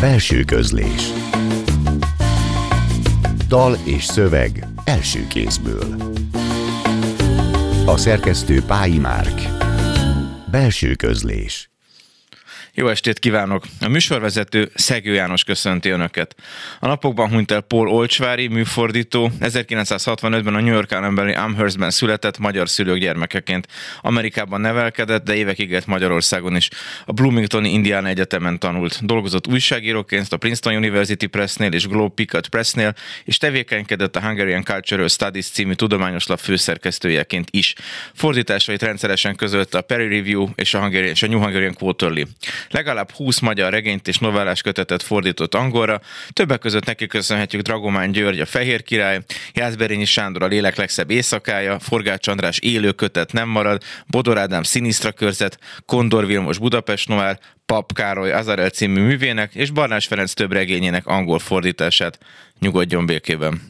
Belső közlés. Dal és szöveg első kézből. A szerkesztő Pályi Márk. Belső közlés. Jó estét kívánok! A műsorvezető Szegő János köszönti Önöket. A napokban hunyt el Paul Olcsvári, műfordító, 1965-ben a New York állambeli Amherstben született, magyar szülők gyermekeként. Amerikában nevelkedett, de évekig élt Magyarországon is. A Bloomingtoni Indiana Egyetemen tanult. Dolgozott újságíróként a Princeton University Pressnél és Globe Pickett Pressnél, és tevékenykedett a Hungarian Cultural Studies című tudományos lap főszerkesztőjeként is. Fordításait rendszeresen közölte a Perry Review és a New Hungarian Quarterly. Legalább 20 magyar regényt és novellás kötetet fordított angolra, többek között neki köszönhetjük Dragomán György, a Fehér király, Jászberényi Sándor, a Lélek legszebb éjszakája, Forgács András Élő kötet nem marad, Bodor Ádám Szinisztra körzet, Kondor Vilmos Budapest Noir, Pap Károly Azarel című művének és Barnás Ferenc több regényének angol fordítását. Nyugodjon békében!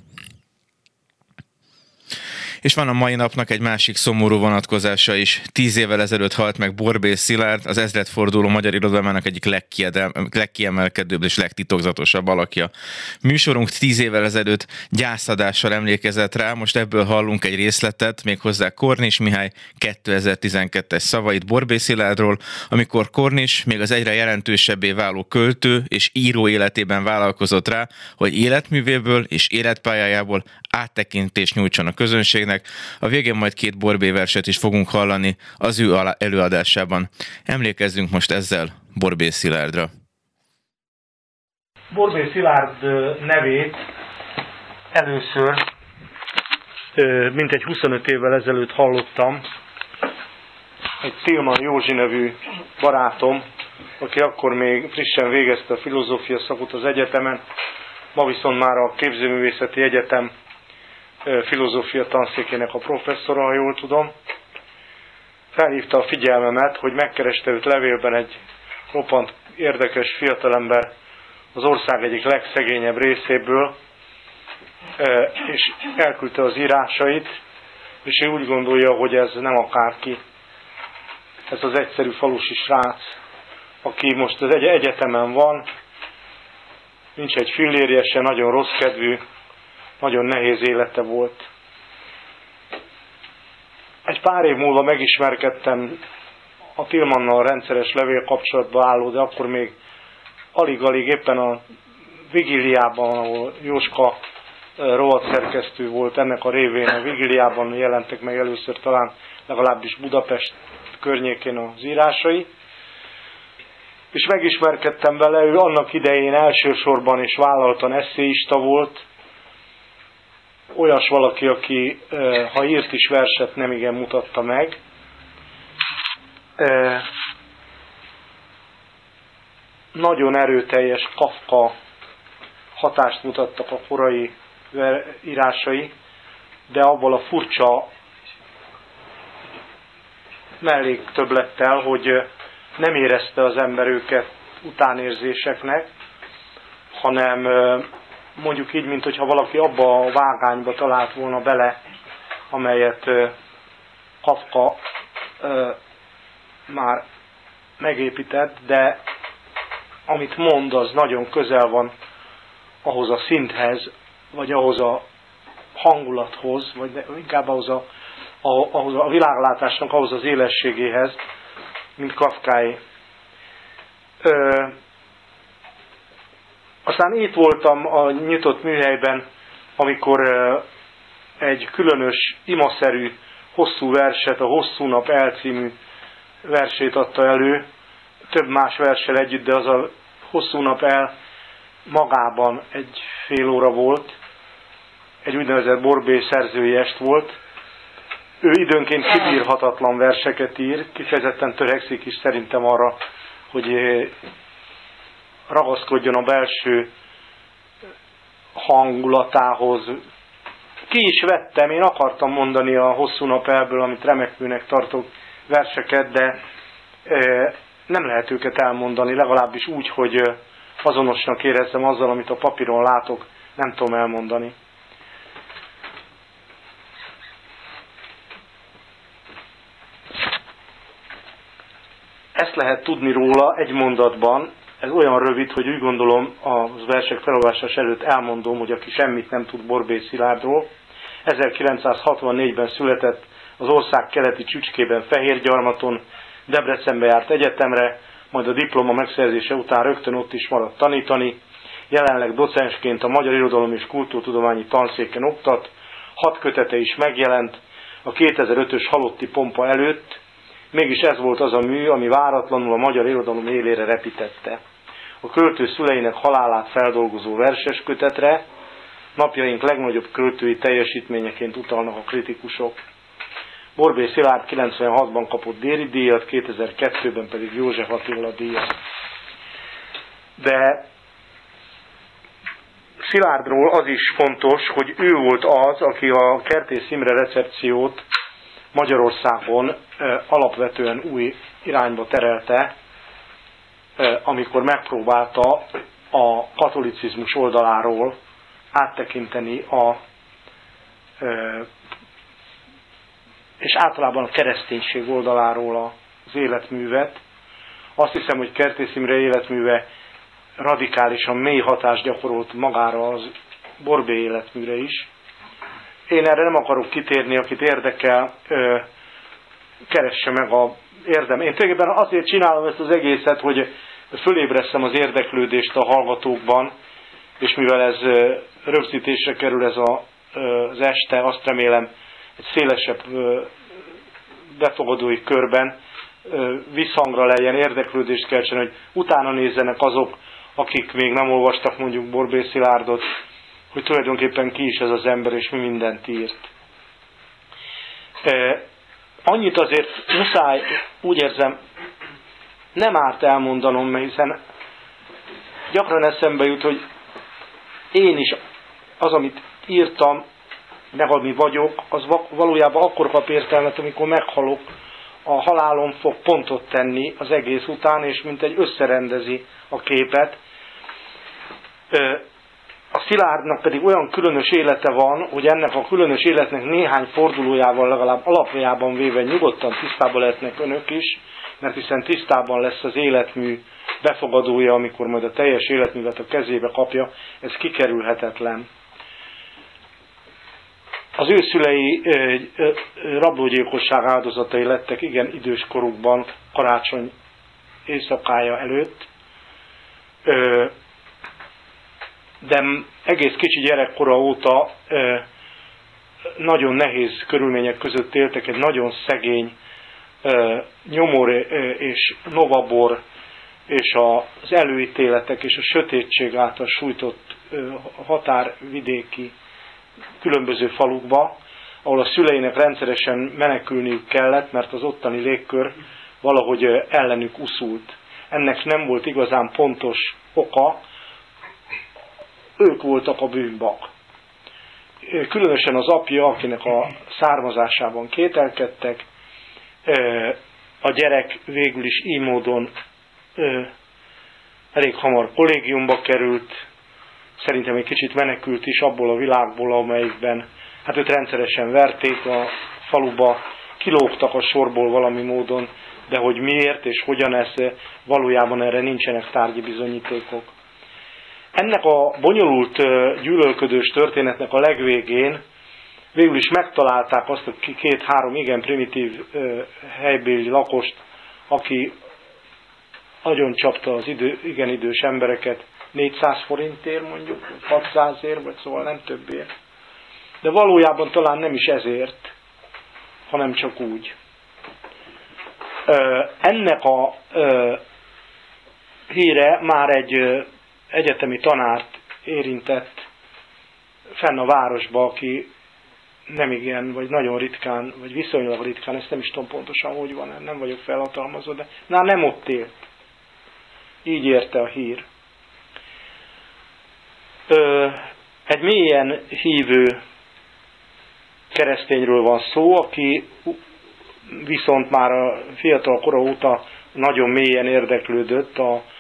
És van a mai napnak egy másik szomorú vonatkozása is. 10 évvel ezelőtt halt meg Borbély Szilárd, az ezredforduló magyar irodalmának egyik legkiemelkedőbb és legtitokzatosabb alakja. Műsorunk 10 évvel ezelőtt gyászadással emlékezett rá, most ebből hallunk egy részletet, méghozzá Kornis Mihály 2012-es szavait Borbély Szilárdról, amikor Kornis még az egyre jelentősebbé váló költő és író életében vállalkozott rá, hogy életművéből és életpályájából áttekintést nyújtson a közönségnek. A végén majd 2 Borbély verset is fogunk hallani az ő előadásában. Emlékezzünk most ezzel Borbély Szilárdra. Borbély Szilárd nevét először mintegy 25 évvel ezelőtt hallottam egy Tilman Józsi nevű barátom, aki akkor még frissen végezte a filozófia szakot az egyetemen, ma viszont már a Képzőművészeti Egyetem filozófia tanszékének a professzora, ha jól tudom. Felhívta a figyelmemet, hogy megkereste őt levélben egy roppant érdekes fiatalember az ország egyik legszegényebb részéből, és elküldte az írásait, és ő úgy gondolja, hogy ez nem akárki. Ez az egyszerű falusi srác, aki most az egyetemen van, nincs egy fillérje se, nagyon rossz kedvű, nagyon nehéz élete volt. Egy pár év múlva megismerkedtem a Tilmannal rendszeres levél kapcsolatba álló, de akkor még alig-alig éppen a Vigiliában, ahol Jóska rovatszerkesztő volt, ennek a révén a Vigiliában jelentek meg először talán legalábbis Budapest környékén az írásai. És megismerkedtem vele, ő annak idején elsősorban és vállaltan esszéista volt, olyas valaki, aki ha írt is verset, nem igen mutatta meg. Nagyon erőteljes Kafka hatást mutattak a korai írásai, de abból a furcsa melléktöbblettel, hogy nem érezte az ember őket utánérzéseknek, hanem mondjuk így, mint hogyha valaki abba a vágányba talált volna bele, amelyet Kafka már megépített, de amit mond, az nagyon közel van ahhoz a szinthez, vagy ahhoz a hangulathoz, vagy inkább ahhoz a világlátásnak, ahhoz az élességéhez, mint Kafkáé. Aztán itt voltam a nyitott műhelyben, amikor egy különös, imaszerű, hosszú verset, a Hosszú nap elcímű versét adta elő, több más verssel együtt, de az a Hosszú nap el magában egy fél óra volt, egy úgynevezett Borbély szerzői est volt. Ő időnként kibírhatatlan verseket ír, kifejezetten törekszik is szerintem arra, hogy ragaszkodjon a belső hangulatához. Ki is vettem, én akartam mondani a Hosszú nap elből, amit remekműnek tartok, verseket, de nem lehet őket elmondani, legalábbis úgy, hogy azonosnak érezzem azzal, amit a papíron látok, nem tudom elmondani. Ezt lehet tudni róla egy mondatban, ez olyan rövid, hogy úgy gondolom a versek felolvasás előtt elmondom, hogy aki semmit nem tud Borbély Szilárdról, 1964-ben született az ország keleti csücskében Fehérgyarmaton, Debrecenbe járt egyetemre, majd a diploma megszerzése után rögtön ott is maradt tanítani, jelenleg docensként a Magyar Irodalom és Kultúrtudományi Tanszéken oktat, 6 kötete is megjelent a 2005-ös Halotti Pompa előtt, mégis ez volt az a mű, ami váratlanul a magyar irodalom élére repítette. A költő szüleinek halálát feldolgozó verses kötetre napjaink legnagyobb költői teljesítményeként utalnak a kritikusok. Borbély Szilárd 96-ban kapott Déri díjat, 2002-ben pedig József Attila díjat. De Szilárdról az is fontos, hogy ő volt az, aki a Kertész Imre recepciót Magyarországon alapvetően új irányba terelte, amikor megpróbálta a katolicizmus oldaláról áttekinteni és általában a kereszténység oldaláról az életművet. Azt hiszem, hogy Kertész Imre életműve radikálisan mély hatást gyakorolt magára az Borbély életműre is. Én erre nem akarok kitérni, akit érdekel, keresse meg a érdem. Én tulajdonképpen azért csinálom ezt az egészet, hogy fölébresztem az érdeklődést a hallgatókban, és mivel ez rögzítésre kerül ez az este, azt remélem egy szélesebb befogadói körben visszhangra legyen, érdeklődést keltsen, hogy utána nézzenek azok, akik még nem olvastak mondjuk Borbély Szilárdot, hogy tulajdonképpen ki is ez az ember, és mi mindent írt. Annyit azért muszáj, úgy érzem, nem árt elmondanom, mert hiszen gyakran eszembe jut, hogy én is az, amit írtam, meg ami vagyok, az valójában akkor kap értelmet, amikor meghalok, a halálom fog pontot tenni az egész után, és mint egy összerendezi a képet. A Szilárdnak pedig olyan különös élete van, hogy ennek a különös életnek néhány fordulójával legalább alapjában véve nyugodtan tisztában lehetnek önök is, mert hiszen tisztában lesz az életmű befogadója, amikor majd a teljes életművet a kezébe kapja, ez kikerülhetetlen. Az ő szülei rablógyilkosság áldozatai lettek igen idős korukban, karácsony éjszakája előtt, de egész kicsi gyerekkora óta nagyon nehéz körülmények között éltek, egy nagyon szegény nyomor és novabor és az előítéletek és a sötétség által sújtott határvidéki különböző falukba, ahol a szüleinek rendszeresen menekülniük kellett, mert az ottani légkör valahogy ellenük uszult. Ennek nem volt igazán pontos oka, ők voltak a bűnbak. Különösen az apja, akinek a származásában kételkedtek, a gyerek végül is így módon elég hamar kollégiumba került, szerintem egy kicsit menekült is abból a világból, amelyikben hát őt rendszeresen verték a faluba, kilógtak a sorból valami módon, de hogy miért és hogyan ez, valójában erre nincsenek tárgyi bizonyítékok. Ennek a bonyolult gyűlölködős történetnek a legvégén végül is megtalálták azt a 2-3 igen primitív helybéli lakost, aki nagyon csapta az igen idős embereket, 400 forintért mondjuk, 600-ért, vagy szóval nem többért. De valójában talán nem is ezért, hanem csak úgy. Ennek a híre már egy egyetemi tanárt érintett fenn a városba, aki nem igen, vagy nagyon ritkán, vagy viszonylag ritkán, ezt nem is tudom pontosan, hogy van, nem vagyok felhatalmazva, de nem ott élt. Így érte a hír. Egy mélyen hívő keresztényről van szó, aki viszont már a fiatal kora óta nagyon mélyen érdeklődött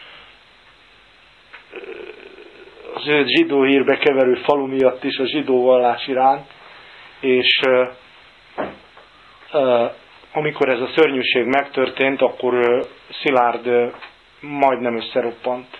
az ő zsidó hírbe keverő falu miatt is, a zsidó vallás iránt, és amikor ez a szörnyűség megtörtént, akkor Szilárd majdnem összeroppant.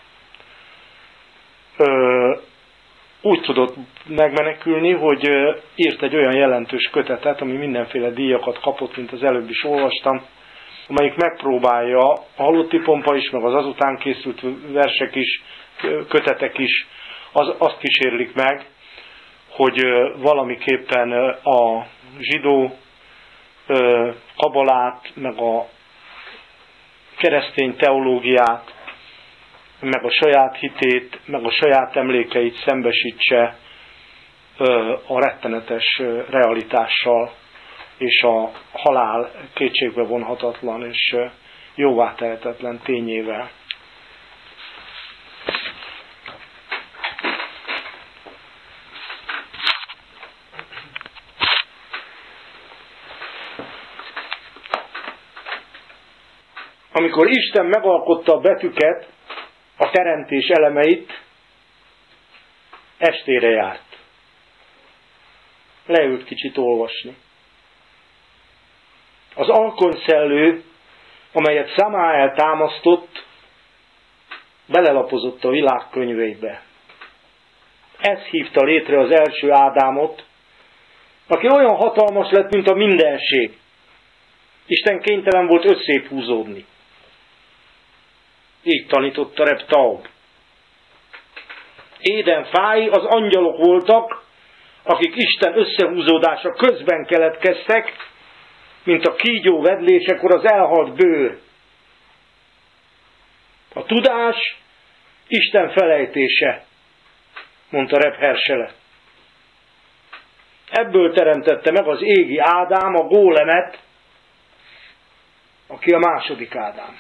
Úgy tudott megmenekülni, hogy írt egy olyan jelentős kötetet, ami mindenféle díjakat kapott, mint az előbb is olvastam, amelyik megpróbálja, a Halotti Pompa is, meg az azután készült versek is, kötetek is, azt kísérlik meg, hogy valamiképpen a zsidó kabalát, meg a keresztény teológiát, meg a saját hitét, meg a saját emlékeit szembesítse a rettenetes realitással, és a halál kétségbe vonhatatlan és jóvá tehetetlen tényével. Amikor Isten megalkotta a betűket, a teremtés elemeit, estére járt. Leült kicsit olvasni. Az alkonyszellő, amelyet Samael támasztott, belelapozott a világ könyveibe. Ez hívta létre az első Ádámot, aki olyan hatalmas lett, mint a mindenség. Isten kénytelen volt összébb húzódni. Így tanította Reb Taub. Éden fái az angyalok voltak, akik Isten összehúzódása közben keletkeztek, mint a kígyó vedlésekor az elhalt bőr. A tudás Isten felejtése, mondta Reb Hersele. Ebből teremtette meg az égi Ádám a gólemet, aki a második Ádám.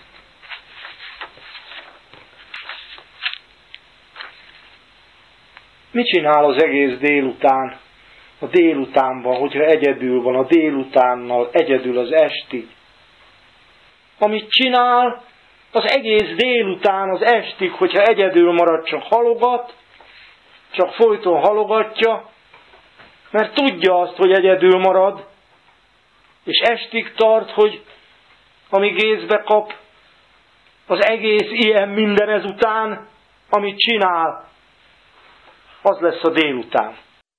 Mit csinál az egész délután? A délutánban, hogyha egyedül van, a délutánnal egyedül az estig. Amit csinál, az egész délután, az estig, hogyha egyedül marad, csak halogat, csak folyton halogatja, mert tudja azt, hogy egyedül marad, és estig tart, hogy amíg észbe kap, az egész ilyen minden ezután, amit csinál, az lesz a délután.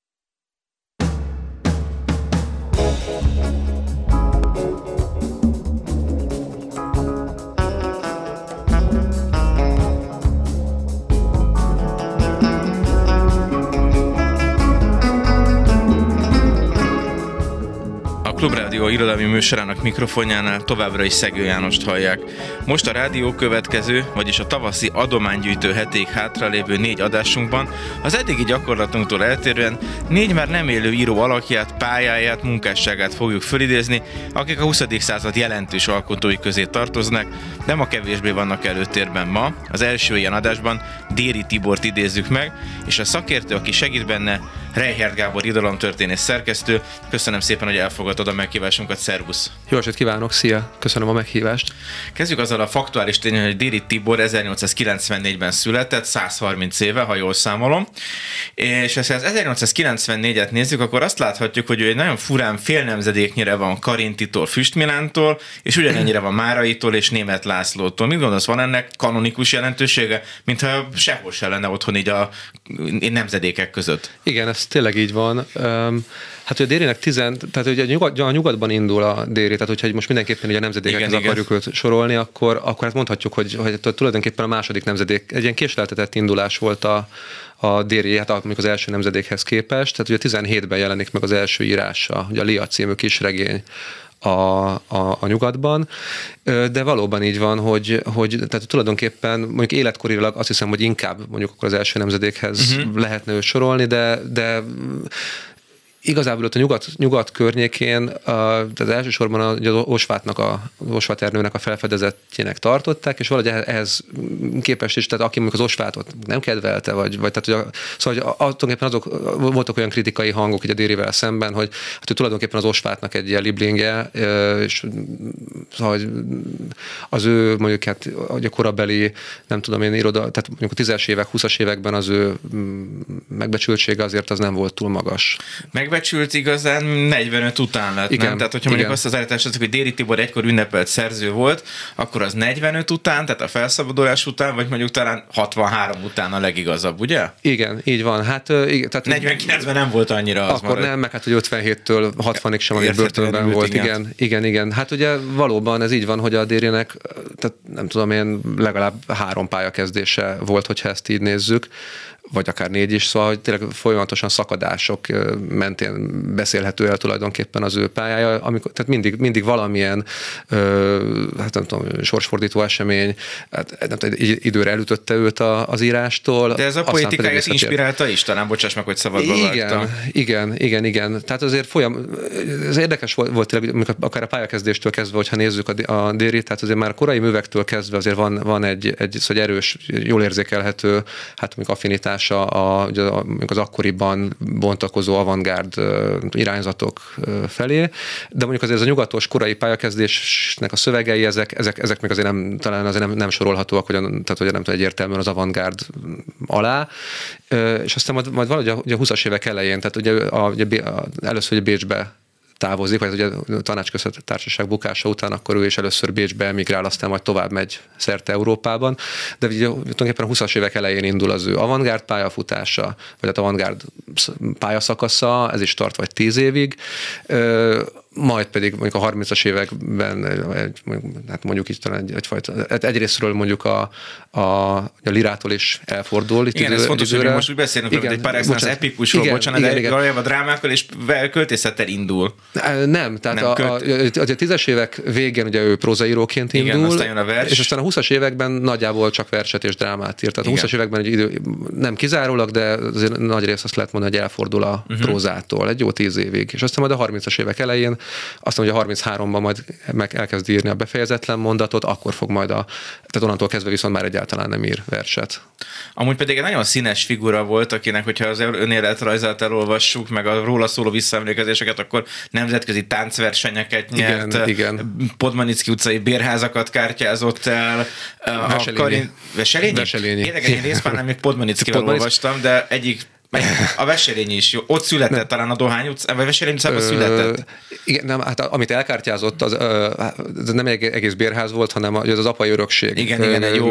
Klubrádió irodalmi műsorának mikrofonjánál továbbra is Szegő Jánost hallják. Most a rádió következő, vagyis a tavaszi adománygyűjtő hetéig hátralévő 4 adásunkban az eddigi gyakorlatunktól eltérően 4 már nem élő író alakját, pályáját, munkásságát fogjuk fölidézni, akik a 20. század jelentős alkotói közé tartoznak, de ma kevésbé vannak előtérben. Ma az első ilyen adásban Déri Tibort idézzük meg, és a szakértő, aki segít benne, Reichert Gábor irodalomtörténész szerkesztő. Köszönöm szépen, hogy elfogadtad a meghívásunkat, szervusz! Jó estét kívánok, szia! Köszönöm a meghívást! Kezdjük azzal a faktuális tényen, hogy Déri Tibor 1894-ben született, 130 éve, ha jól számolom, és ha az 1894-et nézzük, akkor azt láthatjuk, hogy ő egy nagyon furán fél nemzedéknyire van Karintitól, Füstmilántól, és ugyanennyire van Máraitól és Németh Lászlótól. Mit gondolsz, van ennek kanonikus jelentősége, mintha sehol se lenne otthon így a nemzedékek között? Igen, ez tényleg így van. Hát ugye a Dérinek tehát ugye a nyugatban indul a Déri, tehát hogyha most mindenképpen ugye a nemzedékekhez akarjuk őt sorolni, akkor hát mondhatjuk, hogy tulajdonképpen a második nemzedék, egy ilyen késleltetett indulás volt a Déri, hát mondjuk az első nemzedékhez képest, tehát ugye 17-ben jelenik meg az első írása, ugye a Lia című kisregény a nyugatban, de valóban így van, hogy tehát tulajdonképpen mondjuk életkorilag azt hiszem, hogy inkább mondjuk akkor az első nemzedékhez lehetne őt sorolni, de igazából ott a nyugat környékén, tehát elsősorban az Osvát Ernőnek a felfedezettjének tartották, és valahogy ehhez képest is, tehát aki mondjuk az Osvátot nem kedvelte, vagy tehát szóval tulajdonképpen azok voltak olyan kritikai hangok így a Dérivel szemben, hogy hát ő tulajdonképpen az Osvátnak egy ilyen liblinge, és szóval az ő mondjuk hát a korabeli, nem tudom én, tehát mondjuk a 10-es évek, 20-as években az ő megbecsültsége azért az nem volt túl magas. megbecsült igazán 45 után lett, igen, nem? Tehát, hogyha mondjuk azt az állítást, hogy Déri Tibor egykor ünnepelt szerző volt, akkor az 45 után, tehát a felszabadulás után, vagy mondjuk talán 63 után a legigazabb, ugye? Igen, így van. Hát, igen, tehát 49-ben nem volt annyira az. Akkor nem, meg hát, hogy 57-től 60-ig sem, ami börtönben volt. Igen. Hát ugye valóban ez így van, hogy a Dérinek, tehát nem tudom én, legalább 3 pályakezdése volt, hogyha ezt így nézzük, vagy akár 4 is, szóval hogy tényleg folyamatosan szakadások mentén beszélhető el tulajdonképpen az ő pályája, amikor, tehát mindig valamilyen hát nem tudom, sorsfordító esemény, hát nem tudom, időre elütötte őt az írástól. De ez a politikáját inspirálta is, talán bocsáss meg, hogy szabadba vágtam. Igen. Tehát azért ez érdekes volt tényleg, akár a pályakezdéstől kezdve, hogyha nézzük a Dérit, tehát azért már a korai művektől kezdve azért van egy erős, jól érzékelhető, hát mondjuk affinitás az akkoriban bontakozó avantgárd irányzatok felé, de mondjuk azért ez a nyugatos korai pályakezdésnek a szövegei, ezek még azért nem sorolhatóak, tehát hogy nem tudom, egyértelműen az avantgárd alá, és aztán majd valahogy a 20-as évek elején, tehát ugye először ugye Bécsbe távozik, vagy ugye a Tanácsköztársaság bukása után, akkor ő is először Bécsbe emigrál, aztán majd tovább megy szerte Európában, de ugye tulajdonképpen a 20-as évek elején indul az ő avantgárd pályafutása, vagy az avantgárd pályaszakasza, ez is tart vagy 10 évig, majd pedig mondjuk a 30-as években, hát mondjuk így talán egyfajta, egyrésztről mondjuk a lirától is elfordul. Igen, ez fontos, hogy most úgy beszélünk, hogy egy pár excellence epikusról, bocsánat, de valójában a drámákkal és költészettel indul. Nem, tehát a 10-es évek végén ugye ő prózaíróként indul, igen, aztán jön a vers. És aztán a 20-as években nagyjából csak verset és drámát írt. Tehát a 20-as években nem kizárólag, de azért nagy rész azt lehet mondani, hogy elfordul a prózától egy jó 10 évig. És aztán majd a 30-as évek elején, aztán ugye a 33-ban majd meg elkezd írni a befejezetlen mondatot, akkor fog majd tehát onnantól kezdve viszont már egyáltalán nem ír verset. Amúgy pedig egy nagyon színes figura volt, akinek, hogyha az önéletrajzát elolvassuk, meg a róla szóló visszaemlékezéseket, akkor nemzetközi táncversenyeket nyert, igen. Podmanicki utcai bérházakat kártyázott el. Veselényi? Érdekes, én részben nem még Podmanickival olvastam, de a Veselényi is jó. Ott született talán a Dohány utcában, vagy Veselényi utcában született. Igen, nem, hát amit elkártyázott, az nem egy egész bérház volt, hanem az apai örökség. Igen, egy jó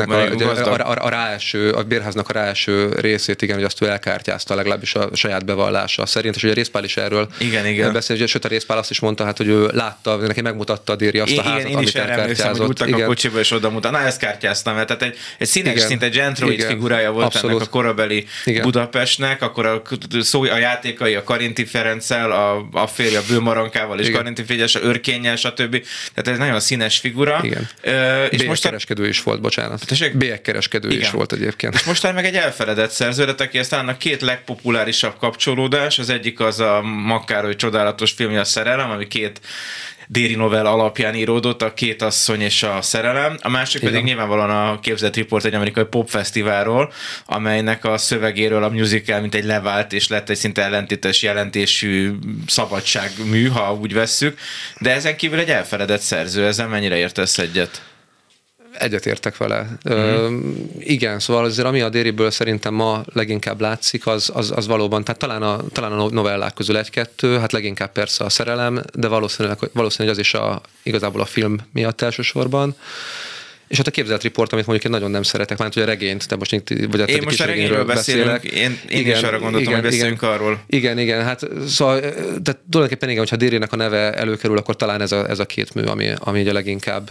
a bérháznak a ráeső részét, igen, hogy azt ő elkártyázta, legalábbis a saját bevallása szerint, és ugye Rézpál is erről beszél, sőt a Rézpál azt is mondta, hát, hogy ő látta, neki megmutatta a Déri azt a házat, amit elkártyázott. Hogy a kocsiba és oda mutat. Na, ezt kártyáztam, mert tehát egy színes, szinte gentroid figurája volt ennek a korabeli Budapestnek, akkor a játékai a Karinti Ferenccel, a férje a Bőmarankával és Karinti Frigyessel, Örkénnyel, stb. Tehát ez nagyon színes figura. Igen. És most kereskedő is volt, bocsánat. Bélyegkereskedő is volt egyébként. És most már meg egy elfeledett szerződet, aki aztán a 2 legpopulárisabb kapcsolódás, az egyik az a Makkároly csodálatos filmje, a Szerelem, ami 2 Déri novella alapján íródott, a 2 asszony és a szerelem. A másik pedig nyilvánvalóan a Képzelt Riport egy amerikai popfesztiválról, amelynek a szövegéről a musical mint egy levált, és lett egy szinte ellentétes jelentésű szabadságmű, ha úgy vesszük. De ezen kívül egy elfeledett szerző, ezzel mennyire értesz egyet? Egyetértek vele. Igen, szóval azért ami a Dériből szerintem ma leginkább látszik, az valóban, tehát talán a novellák közül 1-2, hát leginkább persze a szerelem, de valószínűleg az is igazából a film miatt elsősorban. És hát a Képzelt Riport, amit mondjuk én nagyon nem szeretek, mert hogy a regényt, de most én most a regényről beszélek. Én is arra gondoltam, hogy beszélünk arról. Igen, hát szóval, tehát tulajdonképpen igen, hogyha Dérinek a neve előkerül, akkor talán ez a 2 mű, ami a leginkább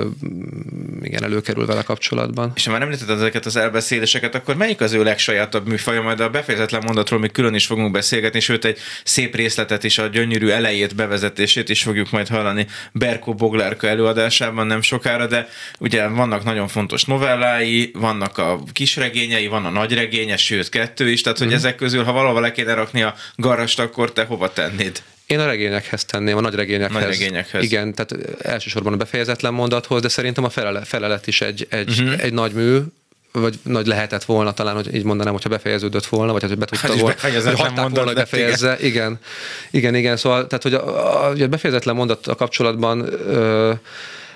előkerül vele kapcsolatban. És ha már említetted ezeket az elbeszéléseket, akkor melyik az ő legsajátabb műfaja? Majd a befejezetlen mondatról még külön is fogunk beszélgetni, sőt egy szép részletet is, a gyönyörű elejét, bevezetését is fogjuk majd hallani Berkó Boglárka előadásában nem sokára, de ugye vannak nagyon fontos novellái, vannak a kisregényei, van a nagyregénye, sőt 2 is, tehát hogy ezek közül, ha valahol le kéne rakni a garast, akkor te hova tennéd? Én a regényekhez tenném, a nagyregényekhez. Igen, tehát elsősorban a befejezetlen mondathoz, de szerintem a felelet is egy nagy mű, vagy nagy lehetett volna talán, hogy így mondanám, hogyha befejeződött volna, vagy hogy be tudta volna, hogy hagyták volna, hogy befejezze. Igen. Szóval, tehát, hogy a befejezetlen mondat a kapcsolatban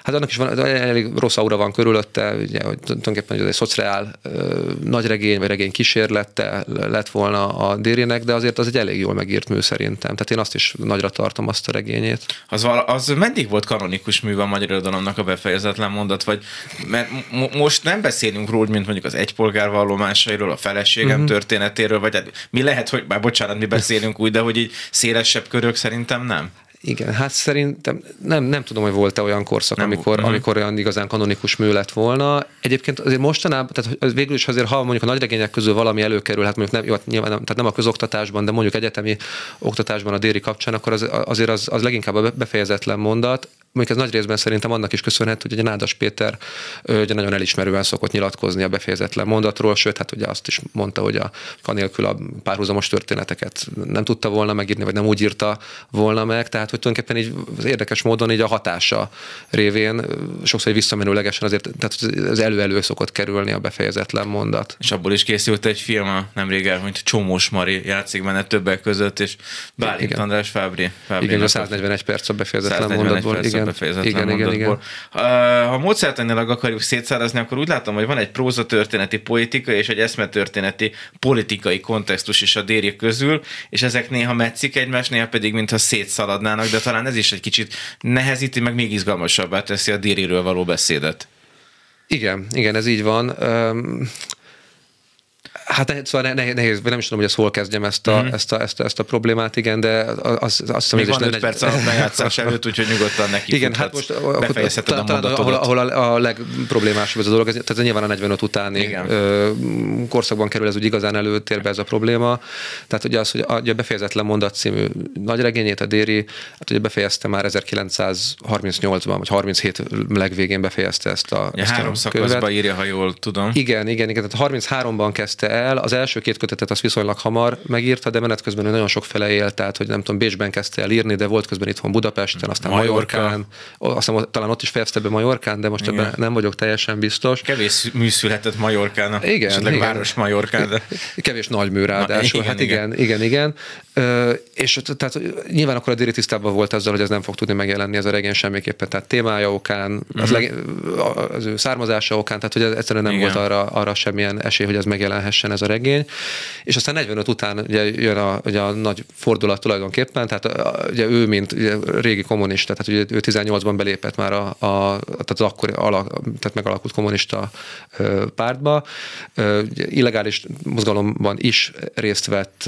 Hát annak is van, elég rossz aura van körülötte, ugye, hogy tulajdonképpen egy szociál nagyregény, vagy regény kísérlete lett volna a Dérynek, de azért az egy elég jól megírt mű szerintem. Tehát én azt is nagyra tartom, azt a regényét. Az meddig volt kanonikus mű a magyar irodalomnak a befejezetlen mondat, vagy mert most nem beszélünk róla, mint mondjuk az egypolgár vallomásairól, a feleségem történetéről, vagy hát mi lehet, hogy bár bocsánat, mi beszélünk úgy, de hogy így szélesebb körök szerintem nem. Igen, hát szerintem nem tudom, hogy volt-e olyan korszak, amikor olyan igazán kanonikus mű lett volna. Egyébként azért mostanában, tehát végül is azért, ha mondjuk a nagyregények közül valami előkerül, hát mondjuk tehát nem a közoktatásban, de mondjuk egyetemi oktatásban a Déry kapcsán, akkor azért az leginkább a befejezetlen mondat. Mondjuk ez nagy részben szerintem annak is köszönhető, hogy Nádas Péter ugye nagyon elismerően szokott nyilatkozni a befejezetlen mondatról, sőt, hát ugye azt is mondta, hogy anélkül a párhuzamos történeteket nem tudta volna megírni, vagy nem úgy írta volna meg, tehát hogy tulajdonképpen így érdekes módon így a hatása révén sokszor visszamenőlegesen azért tehát az elő szokott kerülni a befejezetlen mondat. És abból is készült egy film, nemrég elhunyt Csomós Mari játszik benne többek között, és Bálint András Fábri. Igen, a 141 perc a befejezetlen mondatból. Igen. Ha módszertanilag akarjuk szétszárazni, akkor úgy látom, hogy van egy prózatörténeti politikai és egy eszmetörténeti politikai kontextus is a Déry közül, és ezek néha metszik egymást, néha pedig mintha szétszaladnának, de talán ez is egy kicsit nehezíti, meg még izgalmasabbá teszi a Déryről való beszédet. Igen, ez így van. Hát szóval nehéz, nem is tudom, hogy ezt hol kezdjem ezt a problémát, igen, de azt hiszem, még van 5 perc a bejátszás előtt, úgyhogy nyugodtan neki igen, hát most befejezheted a mondatodat. Ahol a legproblémásabb ez a dolog, tehát nyilván a 45 utáni korszakban kerül ez úgy igazán előtérbe ez a probléma. Tehát ugye az, hogy a Befejezetlen mondat című nagyregényét a Déry, hát ugye befejezte már 1938-ban, vagy 37 legvégén befejezte ezt a három szakaszba írja, ha jól tudom. Igen, tehát 33-ban kezdte el, az első 2 kötetet az viszonylag hamar megírta, de menet közben ő nagyon sok fele élt, tehát hogy nem tudom, Bécsben kezdte el írni, de volt közben itthon Budapesten, aztán Majorkán, aztán talán ott is fejezte be Majorkán, de most ebben nem vagyok teljesen biztos. Kevés mű született Majorkán, igen. város Majorkán, de... Kevés nagy mű ráadásul, igen. És tehát nyilván akkor a Déry tisztában volt azzal, hogy ez nem fog tudni megjelenni ez a regény semmiképpen, tehát témája okán, az ő származása okán, tehát hogy ez egyszerűen nem volt arra semmilyen esély, hogy ez megjelenhessen ez a regény. És aztán 45 után ugye jön a nagy fordulat tulajdonképpen, tehát ugye ő, mint ugye, régi kommunista, tehát ugye ő 18-ban belépett már tehát az akkori tehát megalakult kommunista pártba. Illegális mozgalomban is részt vett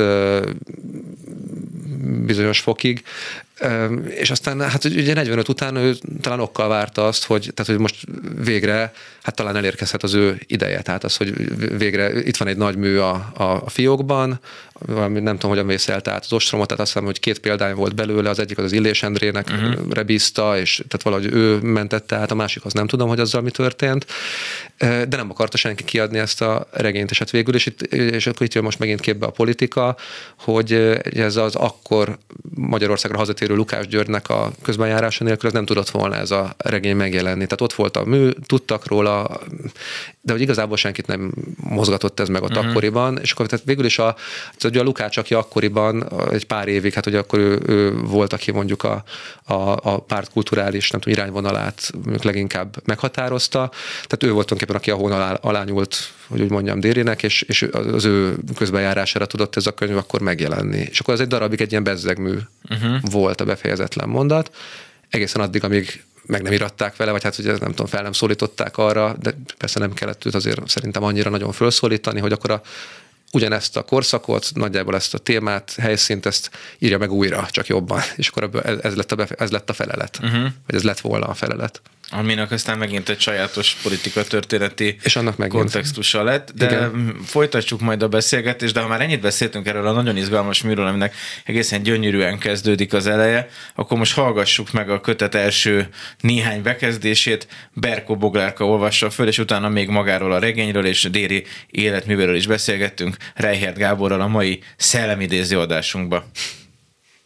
bizonyos fokig, és aztán hát ugye 45 után ő talán okkal várta azt, hogy most végre hát talán elérkezhet az ő ideje, tehát az, hogy végre itt van egy nagy mű a fiókban, valami nem tudom, hogyan vészelt át az ostromot, tehát azt hiszem, hogy 2 példány volt belőle, az egyik az Illés Endrének bízta, és tehát valahogy ő mentette át, a másik az nem tudom, hogy azzal mi történt, de nem akarta senki kiadni ezt a regényt, és hát végül, és akkor itt jön most megint képbe a politika, hogy ez az akkor Magyarországra hazatérő Lukács Györgynek a közbenjárása nélkül ez nem tudott volna ez a regény megjelenni. Tehát ott volt a mű, tudtak róla, de hogy igazából senkit nem mozgatott ez meg ott akkoriban, és akkor tehát végül is a Lukács, aki akkoriban egy pár évig, hát ugye akkor ő volt, aki mondjuk a párt kulturális, nem tudom, irányvonalát leginkább meghatározta, tehát ő volt tulajdonképpen, aki a hón alá nyúlt, hogy úgy mondjam, Dérynek, és az ő közbenjárására tudott ez a könyv akkor megjelenni. És akkor ez egy darabig egy ilyen bezzegmű volt a Befejezetlen mondat, egészen addig, amíg meg nem iratták vele, vagy hát ugye nem tudom, fel nem szólították arra, de persze nem kellett őt azért szerintem annyira nagyon felszólítani, hogy akkor ugyanezt a korszakot, nagyjából ezt a témát, helyszínt, ezt írja meg újra, csak jobban. És akkor ez lett a felelet. Vagy ez lett volna a felelet. Aminek aztán megint egy sajátos politika-történeti és annak kontextusa lett, de igen. Folytassuk majd a beszélgetést, de ha már ennyit beszéltünk erről a nagyon izgalmas műről, aminek egészen gyönyörűen kezdődik az eleje, akkor most hallgassuk meg a kötet első néhány bekezdését, Berko Boglárka olvassa föl, és utána még magáról a regényről és Déry életművéről is beszélgettünk Reichert Gáborral a mai szellemidéző adásunkba.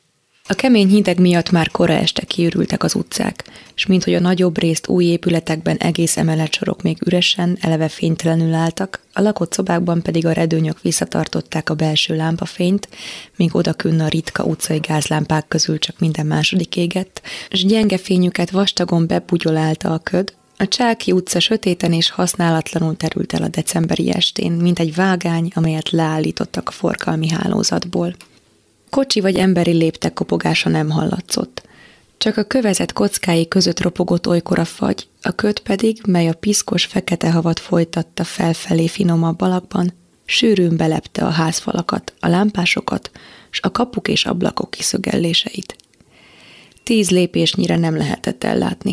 A kemény hideg miatt már kora este kiürültek az utcák, s minthogy a nagyobb részt új épületekben egész emeletsorok még üresen, eleve fénytelenül álltak, a lakott szobákban pedig a redőnyök visszatartották a belső lámpafényt, míg odakünn a ritka utcai gázlámpák közül csak minden második égett, s gyenge fényüket vastagon bebugyolálta a köd. A Csáky utca sötéten és használatlanul terült el a decemberi estén, mint egy vágány, amelyet leállítottak a forgalmi hálózatból. Kocsi vagy emberi léptek kopogása nem hallatszott. Csak a kövezet kockái között ropogott olykor a fagy, a köd pedig, mely a piszkos fekete havat folytatta felfelé finomabb alakban, sűrűn belepte a házfalakat, a lámpásokat, s a kapuk és ablakok kiszögelléseit. 10 lépésnyire nem lehetett ellátni.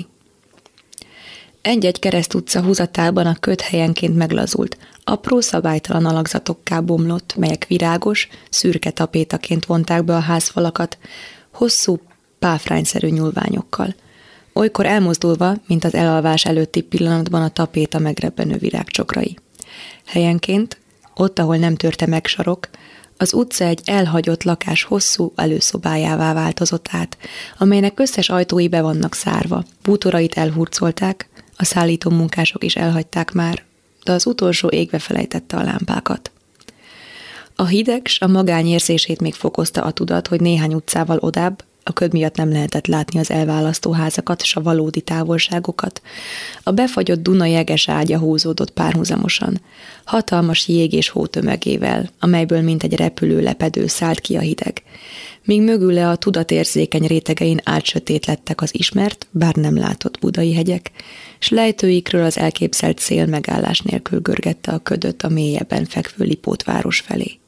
Egy-egy keresztutca húzatában a köd helyenként meglazult, apró szabálytalan alakzatokká bomlott, melyek virágos, szürke tapétaként vonták be a házfalakat, hosszú, páfrányszerű nyúlványokkal. Olykor elmozdulva, mint az elalvás előtti pillanatban a tapéta megrebbenő virágcsokrai. Helyenként, ott, ahol nem törte meg sarok, az utca egy elhagyott lakás hosszú előszobájává változott át, amelynek összes ajtói be vannak szárva, bútorait elhurcolták, a szállító munkások is elhagyták már, de az utolsó égbe felejtette a lámpákat. A hideg s a magány érzését még fokozta a tudat, hogy néhány utcával odább, a köd miatt nem lehetett látni az elválasztó házakat s a valódi távolságokat. A befagyott Duna jeges ágya húzódott párhuzamosan, hatalmas jég és hó tömegével, amelyből mint egy repülő lepedő szállt ki a hideg, míg mögüle a tudatérzékeny rétegein átsötét lettek az ismert, bár nem látott budai hegyek, s lejtőikről az elképzelt szél megállás nélkül görgette a ködöt a mélyebben fekvő Lipótváros felé.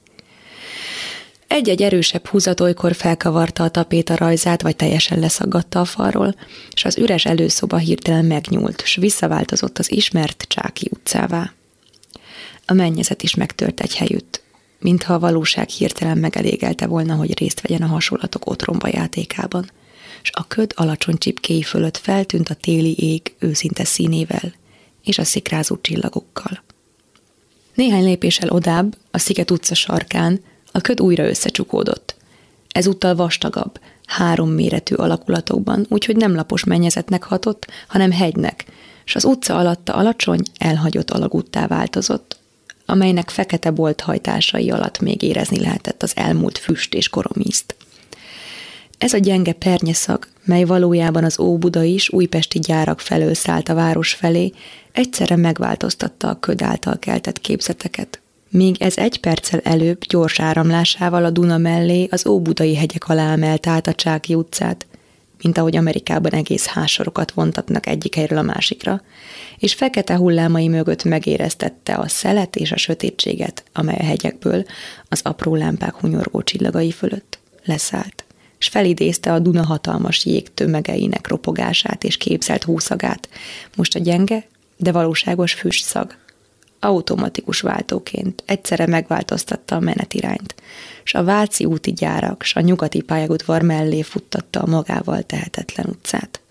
Egy-egy erősebb húzat olykor felkavarta a tapéta rajzát, vagy teljesen leszaggatta a falról, és az üres előszoba hirtelen megnyúlt, s visszaváltozott az ismert Csáky utcává. A mennyezet is megtört egy helyütt, mintha a valóság hirtelen megelégelte volna, hogy részt vegyen a hasonlatok otromba játékában, s a köd alacsony csipkéi fölött feltűnt a téli ég őszinte színével és a szikrázó csillagokkal. Néhány lépéssel odább, a Sziget utca sarkán, a köd újra összecsukódott. Ezúttal vastagabb, 3 méretű alakulatokban, úgyhogy nem lapos mennyezetnek hatott, hanem hegynek, s az utca alatta alacsony, elhagyott alagúttá változott, amelynek fekete bolthajtásai alatt még érezni lehetett az elmúlt füst és koromízt. Ez a gyenge pernyeszag, mely valójában az óbudai és újpesti gyárak felől szállt a város felé, egyszerre megváltoztatta a köd által keltett képzeteket. Míg ez 1 perccel előbb gyors áramlásával a Duna mellé az óbudai hegyek alá emelt át a Csáky utcát, mint ahogy Amerikában egész házsorokat vontatnak egyik helyről a másikra, és fekete hullámai mögött megéreztette a szelet és a sötétséget, amely a hegyekből az apró lámpák hunyorgó csillagai fölött leszállt, és felidézte a Duna hatalmas jég tömegeinek ropogását és képzelt húszagát, most a gyenge, de valóságos füstszag. Automatikus váltóként egyszerre megváltoztatta a menetirányt, s a váci úti gyárak s a nyugati pályaudvar mellé futtatta a magával tehetetlen utcát.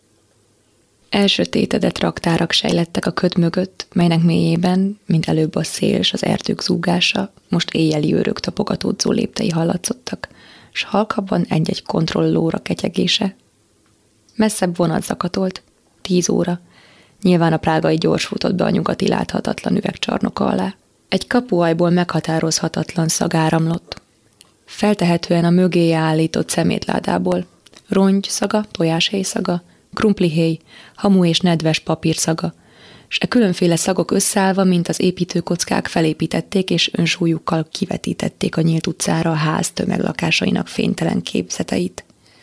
Elsötétedett raktárak sejlettek a köd mögött, melynek mélyében, mint előbb a szél s az erdők zúgása, most éjjeli őrök tapogatódzó léptei hallatszottak, s halkabban egy-egy kontrollóra ketyegése. Messzebb vonat zakatolt, 10 óra, nyilván a prágai gyors futott be a nyugati láthatatlan üvegcsarnoka alá. Egy kapuajból meghatározhatatlan szag áramlott. Feltehetően a mögéje állított szemétládából. Rongy szaga, tojáshéj szaga, krumplihéj, hamu és nedves papír szaga, s e különféle szagok összeállva, mint az építőkockák felépítették és önsúlyukkal kivetítették a nyílt utcára a ház tömeglakásainak fénytelen képzeteit.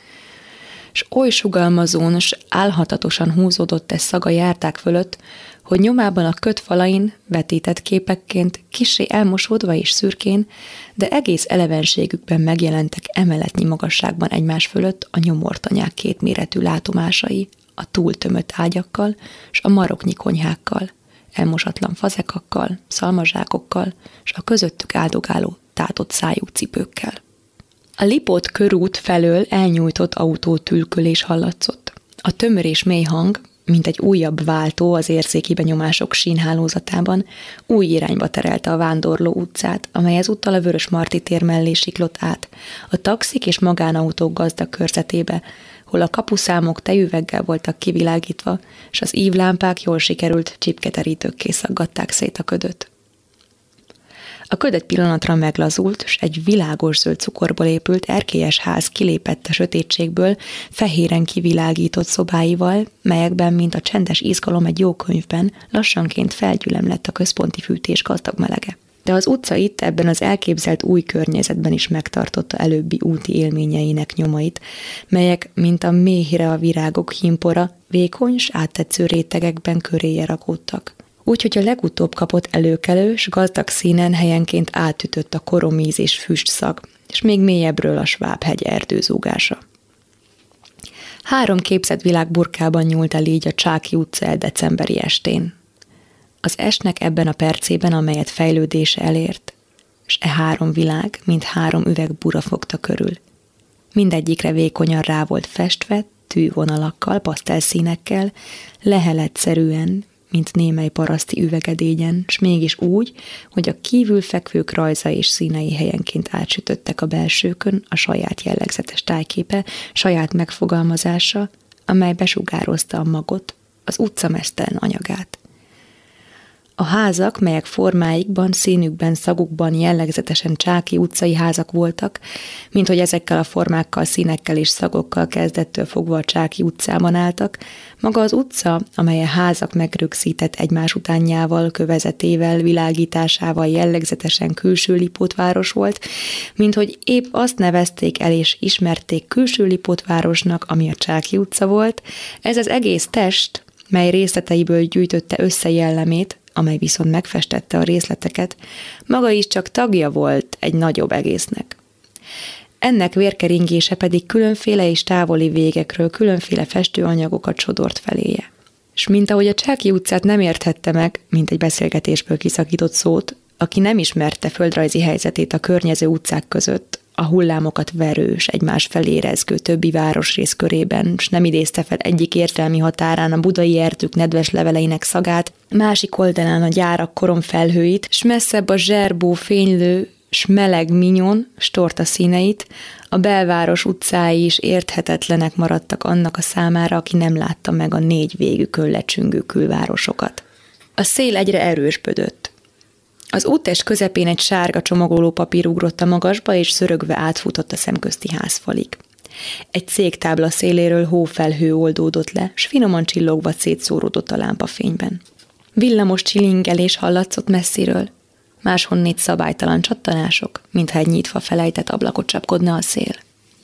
S oly sugalmazón, s álhatatosan húzódott ez szaga járták fölött, hogy nyomában a köd falain vetített képekként kissé elmosódva és szürkén, de egész elevenségükben megjelentek emeletnyi magasságban egymás fölött a nyomortanyák kétméretű látomásai, a túltömött ágyakkal s a maroknyi konyhákkal, elmosatlan fazekakkal, szalmazsákokkal s a közöttük áldogáló tátott szájú cipőkkel. A Lipót körút felől elnyújtott autó tülkölés hallatszott. A tömör és mély hang, mint egy újabb váltó az érzéki benyomások sínhálózatában, új irányba terelte a Vándorló utcát, amely ezúttal a Vörösmarty tér mellé siklott át, a taxik és magánautók gazdag körzetébe, hol a kapuszámok tejüveggel voltak kivilágítva, s az ívlámpák jól sikerült csipketerítőkké szaggatták szét a ködöt. A köd egy pillanatra meglazult, s egy világos zöld cukorból épült erkélyes ház kilépett a sötétségből fehéren kivilágított szobáival, melyekben, mint a csendes izgalom egy jó könyvben, lassanként felgyülemlett a központi fűtés gazdag melege. De az utca itt ebben az elképzelt új környezetben is megtartotta előbbi úti élményeinek nyomait, melyek, mint a méhre a virágok himpora, vékony s áttetsző rétegekben köréje rakódtak. Úgyhogy a legutóbb kapott előkelős, gazdag színen helyenként átütött a koromíz és füst szag, és még mélyebbről a Svábhegy erdőzúgása. 3 képzett világ burkában nyúlt el így a Csáky utca decemberi estén. Az estnek ebben a percében, amelyet fejlődése elért, s 3 világ, mint 3 üveg bura fogta körül. Mindegyikre vékonyan rá volt festve, tűvonalakkal, pasztelszínekkel, leheletszerűen, mint némely paraszti üvegedényen, s mégis úgy, hogy a kívülfekvők rajza és színei helyenként átsütöttek a belsőkön, a saját jellegzetes tájképe, saját megfogalmazása, amely besugározta a magot, az utca meztelen anyagát. A házak, melyek formáikban, színükben, szagukban jellegzetesen csáky utcai házak voltak, mint hogy ezekkel a formákkal, színekkel és szagokkal kezdettől fogva a Csáky utcában álltak, maga az utca, amely a házak megrögzített egymás utánjával, kövezetével, világításával jellegzetesen külső Lipótváros volt, mint hogy épp azt nevezték el és ismerték külső Lipótvárosnak, ami a Csáky utca volt, ez az egész test, mely részleteiből gyűjtötte össze jellemét, amely viszont megfestette a részleteket, maga is csak tagja volt egy nagyobb egésznek. Ennek vérkeringése pedig különféle és távoli végekről különféle festőanyagokat sodort feléje. S mint ahogy a Csáky utcát nem érthette meg, mint egy beszélgetésből kiszakított szót, aki nem ismerte földrajzi helyzetét a környező utcák között, a hullámokat verős, egymás felé rezgő többi városrész körében, s nem idézte fel egyik értelmi határán a budai erdők nedves leveleinek szagát, másik oldalán a gyárak koromfelhőit, s messzebb a zserbó fénylő, s meleg minyon, storta színeit, a belváros utcái is érthetetlenek maradtak annak a számára, aki nem látta meg a 4 végükön lecsüngő külvárosokat. A szél egyre erősbödött. Az úttest közepén egy sárga csomagoló papír ugrott a magasba, és szörögve átfutott a szemközti házfalig. Egy cégtábla széléről hófelhő oldódott le, s finoman csillogva szétszóródott a lámpafényben. Villamos csilingelés hallatszott messziről, máshonnét szabálytalan csattanások, mintha egy nyitva felejtett ablakot csapkodna a szél.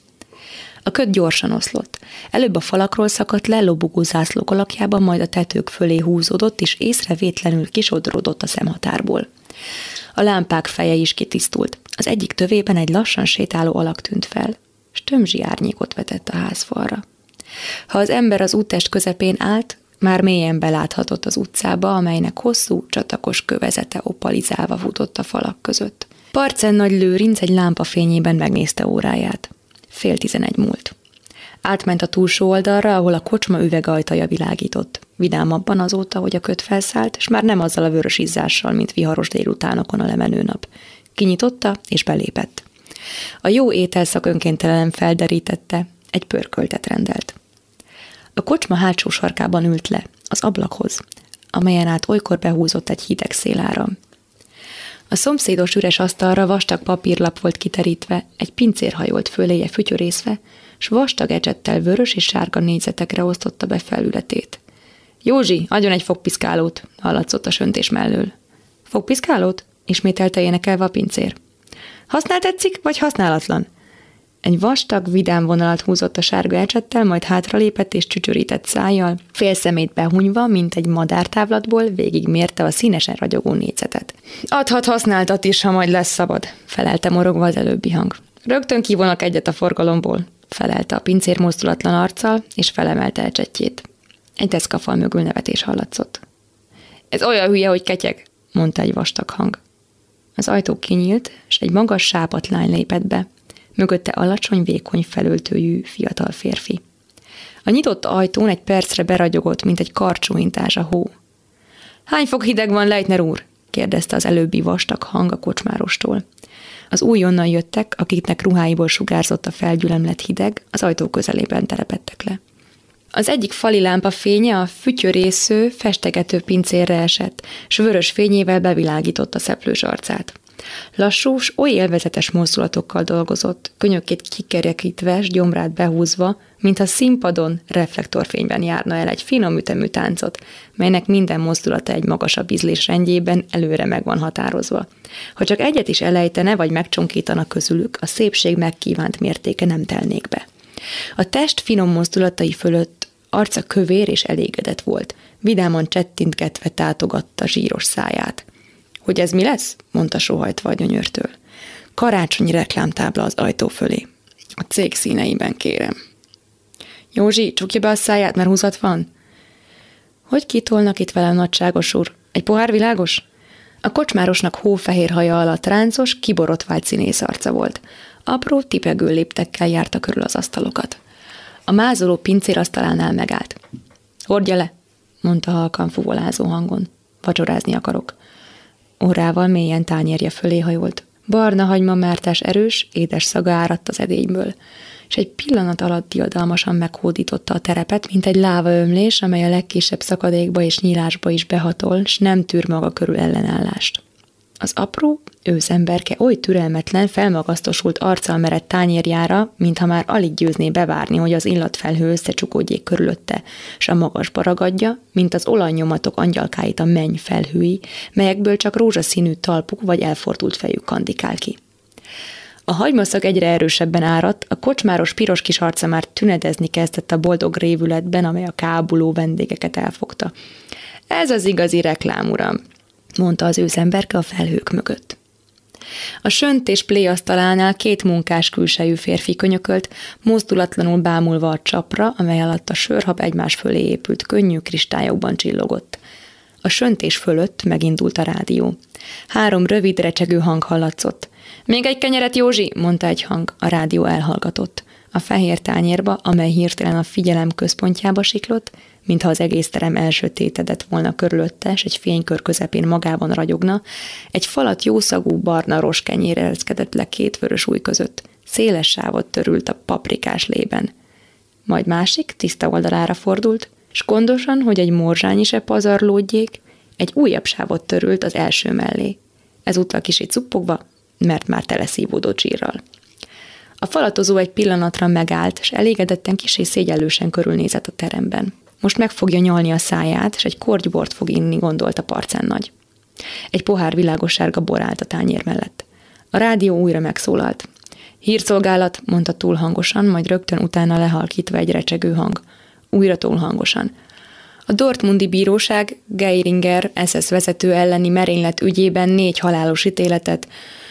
A köd gyorsan oszlott. Előbb a falakról szakadt le, lobogó zászlók alakjában, majd a tetők fölé húzódott, és észrevétlenül kisodródott a szemhatárból. A lámpák feje is kitisztult. Az egyik tövében egy lassan sétáló alak tűnt fel, s tömzsi árnyékot vetett a házfalra. Ha az ember az úttest közepén állt, már mélyen beláthatott az utcába, amelynek hosszú, csatakos kövezete opalizálva futott a falak között. Parcen Nagy Lőrinc egy lámpa fényében megnézte óráját. 10:30 múlt. Átment a túlsó oldalra, ahol a kocsma üvegajtaja világított. Vidámabban azóta, hogy a köd felszállt, és már nem azzal a vörös izzással, mint viharos délutánokon a lemenő nap. Kinyitotta, és belépett. A jó ételszak önkéntelen felderítette, egy pörköltet rendelt. A kocsma hátsó sarkában ült le, az ablakhoz, amelyen át olykor behúzott egy hideg széláram. A szomszédos üres asztalra vastag papírlap volt kiterítve, egy pincér hajolt föléje fütyörészve, s vastag ecsettel vörös és sárga négyzetekre osztotta be felületét. Józsi, adjon egy fogpiszkálót, hallatszott a söntés mellől. Fogpiszkálót? Ismételte énekelve a pincér. Használ tetszik, vagy használatlan? Egy vastag, vidám vonalat húzott a sárga ecsettel, majd hátralépett és csücsörített szájjal, fél szemét behunyva, mint egy madártávlatból, végigmérte a színesen ragyogó négyzetet. Adhat használtat is, ha majd lesz szabad, felelte morogva az előbbi hang. Rögtön kivonok egyet a forgalomból, felelte a pincér mozdulatlan arccal, és felemelte ecsetjét. Egy deszkafal mögül nevetés hallatszott. Ez olyan hülye, hogy ketyeg, mondta egy vastag hang. Az ajtó kinyílt, és egy magas sápadt lány lépett be. Mögötte alacsony, vékony felöltőjű fiatal férfi. A nyitott ajtón egy percre beragyogott, mint egy karcsúintás a hó. Hány fok hideg van, Leitner úr? Kérdezte az előbbi vastag hang a kocsmárostól. Az újonnan jöttek, akiknek ruháiból sugárzott a felgyülemlett hideg, az ajtó közelében telepedtek le. Az egyik fali lámpa fénye a fütyörésző, festegető pincérre esett, s vörös fényével bevilágította szeplős arcát. Lassú, s oly élvezetes mozdulatokkal dolgozott, könyökét kikerekítve, s gyomrát behúzva, mintha színpadon reflektorfényben járna el egy finom ütemű táncot, melynek minden mozdulata egy magasabb ízlés rendjében előre meg van határozva. Ha csak egyet is elejtene, vagy megcsonkítana közülük, a szépség megkívánt mértéke nem telnék be. A test finom mozdulatai fölött arca kövér és elégedett volt, vidáman csettintgetve tátogatta zsíros száját. Hogy ez mi lesz? Mondta sóhajtva a gyönyörtől. Karácsonyi reklámtábla az ajtó fölé. A cég színeiben, kérem. Józsi, csukja be a száját, mert húzat van? Hogy kitolnak itt velem, nagyságos úr? Egy pohár világos? A kocsmárosnak hófehér haja alatt ráncos, kiborotvált színész arca volt. Apró, tipegő léptekkel járta körül az asztalokat. A mázoló pincérasztalánál megállt. Hordja le, mondta halkan fuvolázó hangon. Vacsorázni akarok. Orrával mélyen tányérja fölé hajolt. Barna hagymamártás erős, édes szaga áradt az edényből, és egy pillanat alatt diadalmasan meghódította a terepet, mint egy lávaömlés, amely a legkisebb szakadékba és nyílásba is behatol, s nem tűr maga körül ellenállást. Az apró, őszemberke oly türelmetlen, felmagasztosult arccal merett tányérjára, mintha már alig győzné bevárni, hogy az illatfelhő összecsukódjék körülötte, s a magasba ragadja, mint az olajnyomatok angyalkáit a menny felhői, melyekből csak rózsaszínű talpuk vagy elfordult fejük kandikál ki. A hagymaszag egyre erősebben áradt, a kocsmáros piros kis arca már tünedezni kezdett a boldog révületben, amely a kábuló vendégeket elfogta. Ez az igazi reklám, uram, mondta az őszemberke a felhők mögött. A sönt és pléasztalánál 2 munkás külsejű férfi könyökölt, mozdulatlanul bámulva a csapra, amely alatt a sörhab egymás fölé épült könnyű kristályokban csillogott. A söntés fölött megindult a rádió. 3 rövid, recsegő hang hallatszott. Még egy kenyeret, Józsi, mondta egy hang, a rádió elhallgatott. A fehér tányérba, amely hirtelen a figyelem központjába siklott, mintha az egész terem elsötétedett volna körülötte, és egy fénykör közepén magában ragyogna, egy falat jószagú barna roskenyér ereszkedett le 2 vörös ujj között. Széles sávot törült a paprikás lében. Majd másik, tiszta oldalára fordult, s gondosan, hogy egy morzsányi se pazarlódjék, egy újabb sávot törült az első mellé. Ezúttal kicsit cuppogva, mert már teleszívódott zsírral. A falatozó egy pillanatra megállt, és elégedetten kissé szégyellősen körülnézett a teremben. Most meg fogja nyalni a száját, és egy kortybort fog inni, gondolta Parcán nagy. Egy pohár világossárga bor állt a tányér mellett. A rádió újra megszólalt. Hírszolgálat, mondta túl hangosan, majd rögtön utána lehalkítva egy recsegő hang. Újra túl hangosan. A Dortmundi bíróság Geiringer SS vezető elleni merénylet ügyében 4 halálos ítéletet.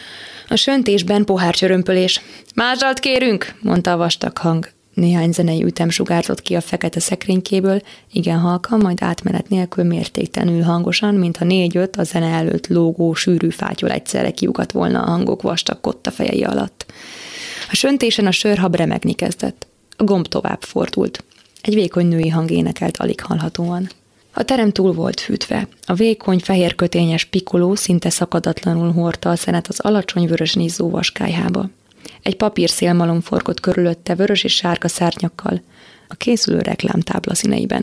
A söntésben pohárcsörömpölés. Mázsalt kérünk, mondta a vastag hang. Néhány zenei ütem sugárzott ki a fekete szekrénykéből, igen halkan, majd átmenet nélkül mértéktelenül hangosan, mintha 4-5 a zene előtt lógó, sűrű fátyol egyszerre kiugat volna a hangok vastag kotta fejei alatt. A söntésen a sörhab remegni kezdett. A gomb tovább fordult. Egy vékony női hang énekelt alig hallhatóan. A terem túl volt fűtve. A vékony, fehérkötényes pikoló szinte szakadatlanul hordta a szenet az alacsony vörös nizzó vaskályhába. Egy papírszélmalom forgott körülötte vörös és sárga szárnyakkal, a készülő reklámtábla színeiben.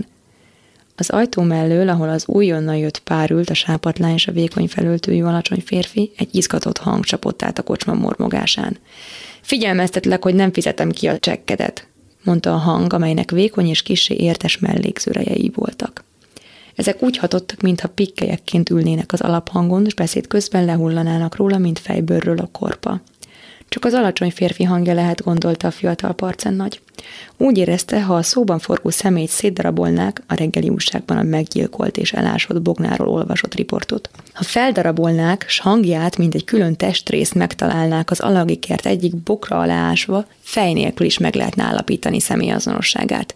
Az ajtó mellől, ahol az újonnan jött pár ült, a sápatlány és a vékony felöltőjű alacsony férfi, egy izgatott hang csapott át a kocsma mormogásán. Figyelmeztetlek, hogy nem fizetem ki a csekkedet, mondta a hang, amelynek vékony és kissé értes mellékszőrejei voltak. Ezek úgy hatottak, mintha pikkelyekként ülnének az alaphangon, és beszéd közben lehullanának róla, mint fejbőrről a korpa. Csak az alacsony férfi hangja lehet, gondolta a fiatal Parcán nagy. Úgy érezte, ha a szóban forgó személyt szétdarabolnák, a reggeli újságban a meggyilkolt és elásott Bognáról olvasott riportot. Ha feldarabolnák, s hangját, mint egy külön testrészt megtalálnák az alagi kert egyik bokra alá ásva, fej nélkül is meg lehetne állapítani személyazonosságát.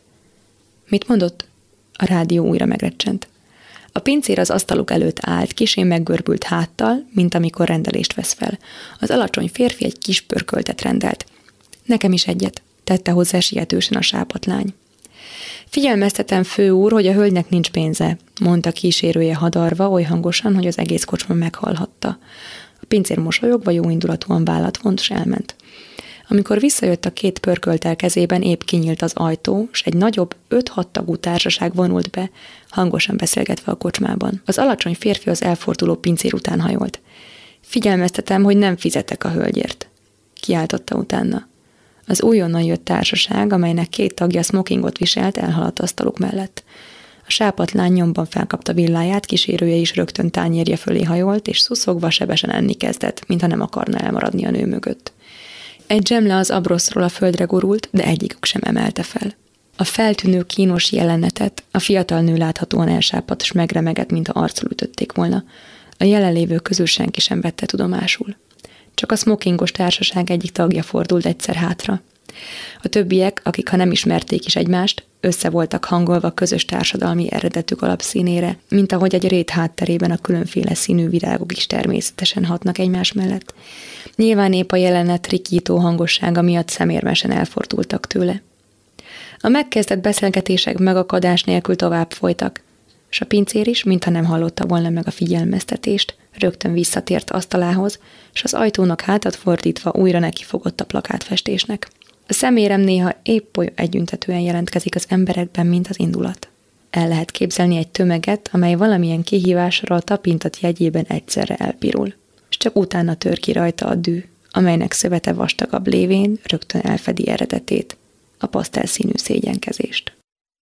Mit mondott? A rádió újra megrecsent. A pincér az asztaluk előtt állt, kissé meggörbült háttal, mint amikor rendelést vesz fel. Az alacsony férfi egy kis pörköltet rendelt. Nekem is egyet, tette hozzá sietősen a sápatlány. Figyelmeztetem, főúr, hogy a hölgynek nincs pénze, mondta kísérője hadarva oly hangosan, hogy az egész kocsma meghallhatta. A pincér mosolyogva jóindulatúan vállat vont, s elment. Amikor visszajött a két pörköltel kezében, épp kinyílt az ajtó, s egy nagyobb, 5-6 tagú társaság vonult be, hangosan beszélgetve a kocsmában. Az alacsony férfi az elforduló pincér után hajolt. Figyelmeztetem, hogy nem fizetek a hölgyért, kiáltotta utána. Az újonnan jött társaság, amelynek 2 tagja smokingot viselt, elhaladt asztaluk mellett. A sápadt lány nyomban felkapta villáját, kísérője is rögtön tányérja fölé hajolt, és szuszogva sebesen enni kezdett, mintha nem akarna elmaradni a nő mögött. Egy zsemle az abroszról a földre gurult, de egyikük sem emelte fel. A feltűnő kínos jelenetet a fiatal nő láthatóan elsápadt, s megremegett, mintha arcul ütötték volna. A jelenlévő közül senki sem vette tudomásul. Csak a smokingos társaság egyik tagja fordult egyszer hátra. A többiek, akik ha nem ismerték is egymást, össze voltak hangolva közös társadalmi eredetük alapszínére, mint ahogy egy rét hátterében a különféle színű virágok is természetesen hatnak egymás mellett. Nyilván épp a jelenet rikító hangossága miatt szemérmesen elfordultak tőle. A megkezdett beszélgetések megakadás nélkül tovább folytak, s a pincér is, mintha nem hallotta volna meg a figyelmeztetést, rögtön visszatért asztalához, s az ajtónak hátat fordítva újra nekifogott a plakátfestésnek. A szemérem néha épp oly együntetően jelentkezik az emberekben, mint az indulat. El lehet képzelni egy tömeget, amely valamilyen kihívásra a tapintat jegyében egyszerre elpirul, és csak utána tör ki rajta a dű, amelynek szövete vastagabb lévén rögtön elfedi eredetét, a pasztelszínű szégyenkezést.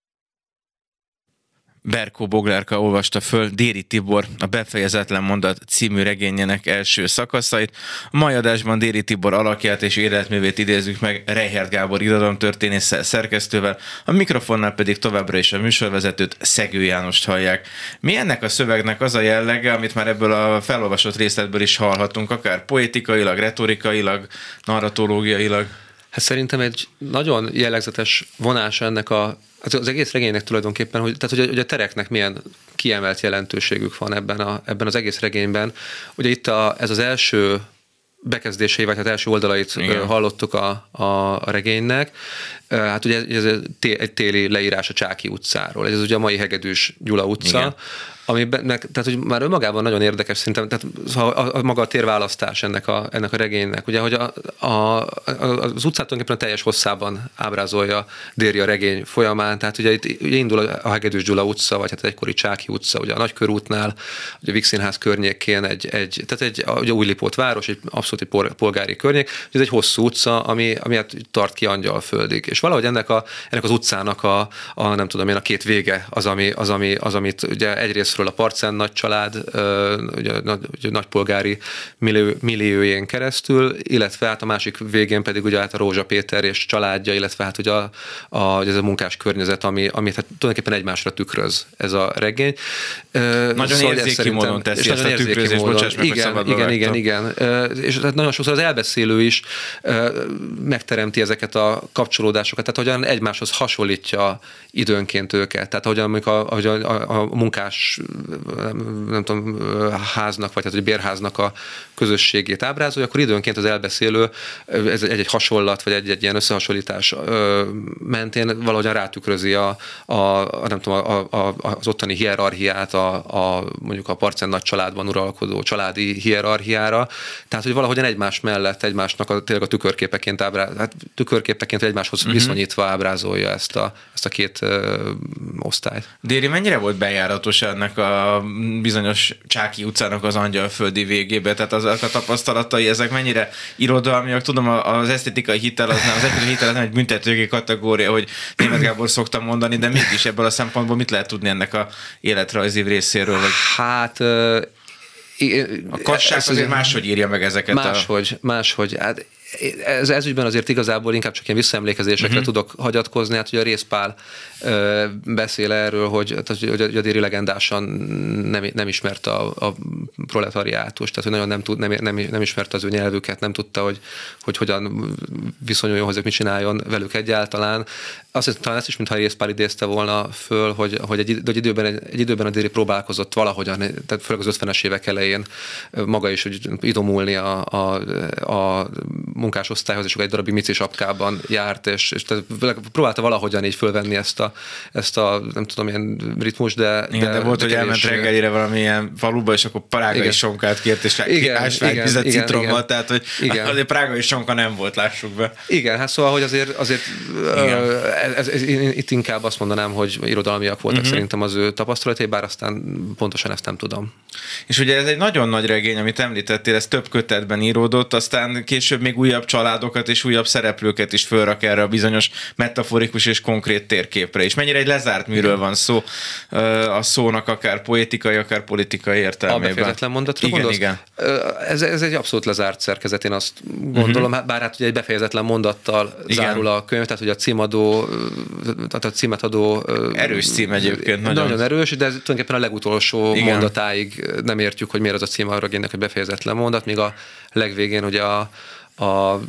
Berkó Boglárka olvasta föl Déri Tibor a Befejezetlen mondat című regényének első szakaszait. A mai adásban Déri Tibor alakját és életművét idézzük meg Reichert Gábor irodalomtörténésszel, szerkesztővel, a mikrofonnál pedig továbbra is a műsorvezetőt, Szegő Jánost hallják. Mi ennek a szövegnek az a jellege, amit már ebből a felolvasott részletből is hallhatunk, akár poetikailag, retorikailag, narratológiailag? Hát szerintem egy nagyon jellegzetes vonása ennek az egész regénynek tulajdonképpen, hogy a tereknek milyen kiemelt jelentőségük van ebben az egész regényben. Ugye itt ez az első bekezdései, vagy hát első oldalait hallottuk a regénynek. Hát ugye ez egy téli leírás a Csáky utcáról. Ez ugye a mai Hegedűs Gyula utca. Igen. Tehát, hogy már önmagában nagyon érdekes szerintem, tehát maga a térválasztás ennek a regénynek, ugye, hogy az utcát tulajdonképpen a teljes hosszában ábrázolja Déri a regény folyamán, tehát ugye itt indul a Hegedűs Gyula utca, vagy hát egy egykori Csáky utca, ugye a Nagykörútnál, ugye a Vígszínház környékén ugye Újlipót város, egy abszolút egy polgári környék, ez egy hosszú utca, ami hát tart ki Angyalföldig. És valahogy ennek az utcának nem tudom én, a két vége az, amit ugye egyrészt a Parcen nagy család, ugye nagypolgári milliójén keresztül, illetve hát a másik végén pedig ugye hát a Rózsa Péter és családja, illetve hát ugye ez a munkás környezet, amit hát tulajdonképpen egymásra tükröz ez a regény. Nagyon érzéki módon teszi ezt a tükrözést, bocsáss meg, hogy szabadba vágtam. Igen. És hát nagyon sokszor az elbeszélő is megteremti ezeket a kapcsolódásokat, tehát hogyan egymáshoz hasonlítja időnként őket, tehát hogyan a munkás nem tudom, háznak, vagy hát egy bérháznak a közösségét ábrázolja, akkor időnként az elbeszélő ez egy hasonlat, vagy egy ilyen összehasonlítás mentén valahogyan rátükrözi nem tudom, az ottani hierarchiát, mondjuk a Parcen nagy családban uralkodó családi hierarchiára, tehát hogy valahogyan egymás mellett, egymásnak tényleg a tükörképeként tükörképeként egymáshoz viszonyítva ábrázolja ezt a két osztályt. Déri, mennyire volt bejáratos ennek a bizonyos Csáky utcának az Angyalföldi végébe? Tehát azok a tapasztalatai, ezek mennyire irodalmiak? Tudom, az esztétikai hitel az nem egy büntetőjogi kategória, hogy Németh Gábor szoktam mondani, de mégis ebből a szempontból mit lehet tudni ennek a életrajzi részéről? Vagy... Hát... A Kassák azért máshogy írja meg ezeket. Máshogy. Hát ez ügyben azért igazából inkább csak ilyen visszaemlékezésekre tudok hagyatkozni. Hát ugye a Rész Pál beszél erről, hogy a Déri legendásan nem ismerte a proletariátust, tehát hogy nagyon nem ismerte az ő nyelvüket, nem tudta, hogy hogyan viszonyuljon hozzá, mit csináljon velük egyáltalán. Talán ezt is, mintha Rész Pál idézte volna föl, hogy egy időben a Déri próbálkozott valahogyan, tehát főleg az 50-es évek elején maga is hogy idomulni a munkásosztályhoz, és egy darabig mici sapkában járt, és próbálta valahogyan így fölvenni ezt a nem tudom, ilyen ritmus, de volt, hogy elment reggelire valamilyen faluba, és akkor prágai sonkát kért, és ásványvizet citrommal, tehát hogy azért prágai sonka nem volt, lássuk be. Igen, hát szóval, hogy azért itt inkább azt mondanám, hogy irodalmiak voltak szerintem az ő tapasztalatai, bár aztán pontosan ezt nem tudom. És ugye ez egy nagyon nagy regény, amit említettél, ez több kötetben íródott, aztán később még újabb családokat és újabb szereplőket is fölrak erre a bizonyos metaforikus és konkrét térképre is. Mennyire egy lezárt műről van szó, a szónak akár poétikai, akár politikai értelmében. A befejezetlen mondatra igen, gondolsz? Igen. Ez egy abszolút lezárt szerkezet, én azt gondolom, bár hát ugye egy befejezetlen mondattal zárul a könyv, tehát hogy a címadó, tehát a címet adó... Erős cím egyébként. Nagyon erős, de tulajdonképpen a legutolsó mondatáig nem értjük, hogy miért az a cím a regénynek, hogy befejezetlen mondat, míg a legvégén ugye a